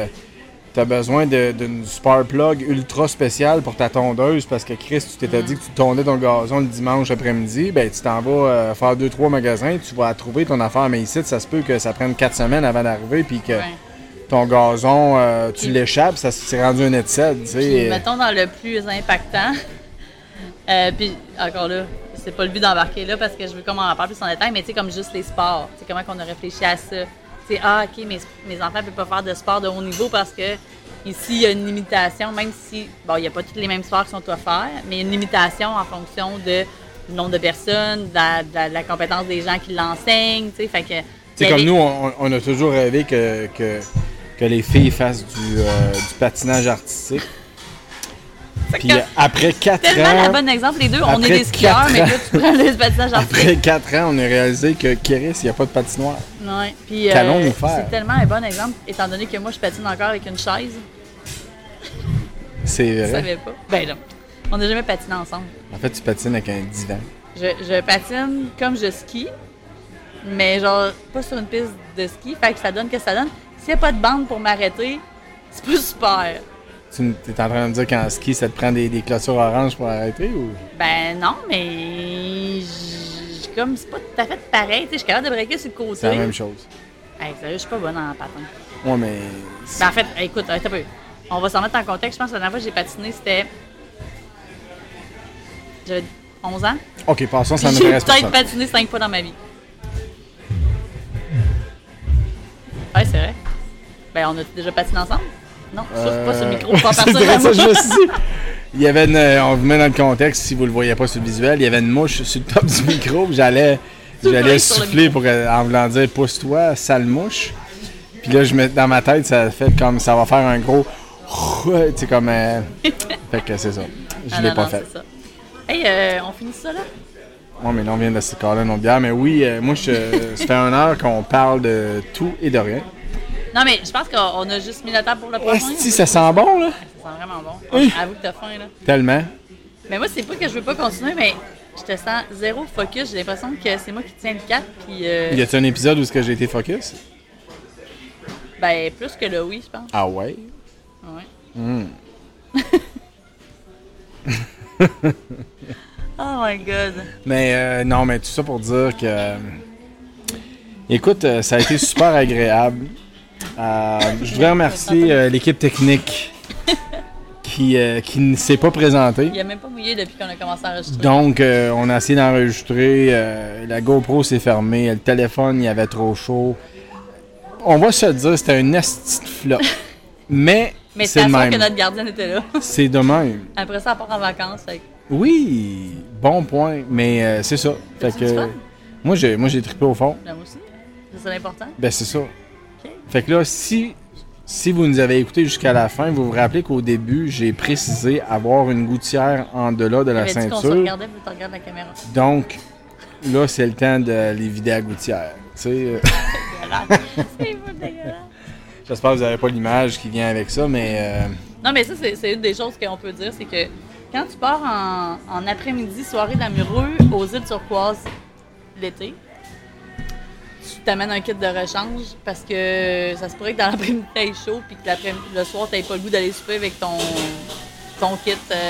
S3: d'une spark plug ultra spéciale pour ta tondeuse parce que Chris, tu t'étais dit que tu tondais ton gazon le dimanche après-midi, ben tu t'en vas faire 2-3 magasins, tu vas trouver ton affaire, mais ici, ça se peut que ça prenne 4 semaines avant d'arriver puis que ton gazon, tu l'échappes, ça s'est rendu un étincelle, tu sais.
S1: Puis, mettons dans le plus impactant, puis encore là, c'est pas le but d'embarquer là parce que je veux comme en parler plus en détail, mais tu sais, comme juste les sports, tu sais, comment qu'on a réfléchi à ça. Tu sais, OK, mes enfants ne peuvent pas faire de sport de haut niveau parce que ici, il y a une limitation, même si, bon, il n'y a pas tous les mêmes sports qui sont offerts, mais il y a une limitation en fonction du nombre de personnes, de la compétence des gens qui l'enseignent, tu sais, fait que...
S3: Tu sais, comme nous, on a toujours rêvé que les filles fassent du patinage artistique. Puis après 4 ans...
S1: Tellement la bonne exemple, les deux, on est des skieurs, mais là, tu prends le patinage artistique.
S3: Après 4 ans, on a réalisé que Kéris, il n'y a pas de patinoire.
S1: Ouais. Puis,
S3: Qu'allons-nous faire?
S1: c'est tellement un bon exemple, étant donné que moi, je patine encore avec une chaise.
S3: C'est
S1: Je
S3: vrai.
S1: savais pas. Ben non. On n'a jamais patiné ensemble.
S3: En fait, tu patines avec un divan.
S1: Je patine comme je skie, mais genre pas sur une piste de ski. Fait que ça donne que ça donne. S'il n'y a pas de bande pour m'arrêter, c'est pas super.
S3: Tu es en train de me dire qu'en ski, ça te prend des clôtures oranges pour arrêter ou?
S1: Ben non, mais comme c'est pas tout à fait pareil. Tu sais, je suis capable de breaker sur le côté.
S3: C'est la même chose.
S1: Hey, sérieux, je suis pas bonne en patin.
S3: Ouais, mais...
S1: Ben en fait, écoute, attends un peu. On va s'en mettre en contexte. Je pense que la dernière fois que j'ai patiné, c'était... 11 ans.
S3: OK, passons, ça
S1: J'ai
S3: m'intéresse pas.
S1: peut-être patiné 5 fois dans ma vie. Ouais, c'est vrai. Ben, on a déjà patiné ensemble? Non, sauf pas sur le micro, pas
S3: C'est vrai, ça, je me suis dit. Il y avait on vous met dans le contexte, si vous le voyez pas sur le visuel, il y avait une mouche sur le top du micro, puis j'allais souffler pour, en voulant dire « pousse-toi, sale mouche ». Puis là, dans ma tête, ça fait comme ça va faire un gros tu sais, comme. Fait que c'est ça. Je l'ai pas fait.
S1: C'est ça. Hey, on finit ça là?
S3: Ouais, mais là, on vient de se caler nos bières. Mais oui, moi, ça fait 1 heure qu'on parle de tout et de rien.
S1: Non, mais je pense qu'on a juste mis la table pour le prochain.
S3: Si, ça sent bon, là.
S1: Ça sent vraiment bon. Avoue que t'as faim, là.
S3: Tellement.
S1: Mais moi, c'est pas que je veux pas continuer, mais je te sens zéro focus. J'ai l'impression que c'est moi qui tiens le cap. Puis.
S3: Y a-t-il un épisode où est-ce que j'ai été focus?
S1: Ben, plus que là, oui, je pense.
S3: Ah ouais?
S1: Ouais. Oh my God.
S3: Mais non, mais tout ça pour dire que... écoute, ça a été super agréable. Je voudrais remercier l'équipe technique qui ne s'est pas présentée.
S1: Il a même pas mouillé depuis qu'on a commencé à enregistrer.
S3: Donc, on a essayé d'enregistrer. La GoPro s'est fermée. Le téléphone, il avait trop chaud. On va se le dire, c'était un esti de flop. Mais c'est
S1: c'est
S3: de même.
S1: que notre gardienne était là.
S3: C'est de même.
S1: Après ça, elle part en vacances. Fait...
S3: Oui, bon point. Mais c'est ça. Fait que, moi, j'ai trippé au fond.
S1: Là, moi aussi. C'est l'important.
S3: Ben, c'est ça.
S1: Okay.
S3: Fait que là, si vous nous avez écouté jusqu'à la fin, vous vous rappelez qu'au début, j'ai précisé avoir une gouttière en delà de la ceinture.
S1: Qu'on se regardait, puis tu regardes la caméra.
S3: Donc, là, c'est le temps de les vider à gouttière. Tu sais.
S1: C'est pas dégueulasse.
S3: J'espère que vous n'avez pas l'image qui vient avec ça, mais...
S1: Non, mais ça, c'est une des choses qu'on peut dire, c'est que quand tu pars en après-midi, soirée d'amoureux aux îles Turquoises l'été, tu t'amènes un kit de rechange parce que ça se pourrait que dans l'après-midi, t'ailles chaud puis que le soir, t'aies pas le goût d'aller souper avec ton kit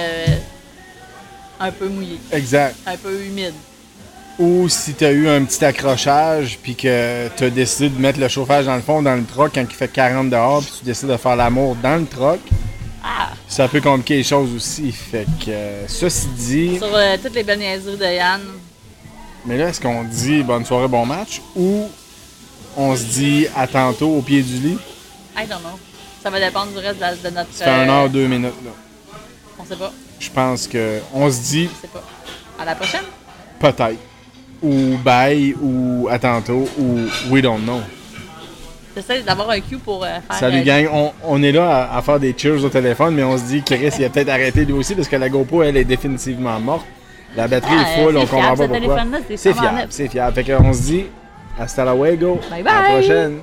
S1: un peu mouillé.
S3: Exact.
S1: Un peu humide.
S3: Ou si tu as eu un petit accrochage puis que tu as décidé de mettre le chauffage dans le fond, dans le truck, quand il fait 40 dehors, puis tu décides de faire l'amour dans le truck, ça peut compliquer les choses aussi. Fait que, ceci dit...
S1: Sur toutes les belles niaiseries de Yann.
S3: Mais là, est-ce qu'on dit bonne soirée, bon match, ou on se dit à tantôt au pied du lit?
S1: I don't know. Ça va dépendre du reste de notre...
S3: Ça fait 1 heure, 2 minutes, là.
S1: On sait pas.
S3: Je pense que on se dit...
S1: Je sais pas. À la prochaine?
S3: Peut-être. Ou bye, ou à tantôt, ou we don't know.
S1: J'essaie d'avoir un cue pour faire...
S3: Salut gang, on est là à faire des cheers au téléphone, mais on se dit que Chris, il a peut-être arrêté lui aussi parce que la GoPro, elle est définitivement morte. La batterie est full, on comprend pas pourquoi. C'est fiable, c'est fiable. Fait qu'on se dit, hasta luego,
S1: bye bye.
S3: À la prochaine.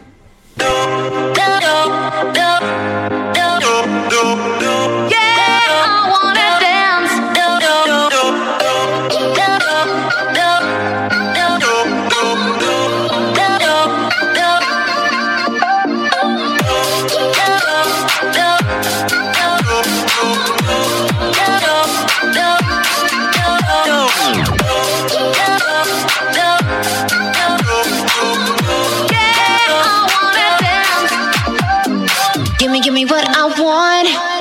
S4: Give me what I want.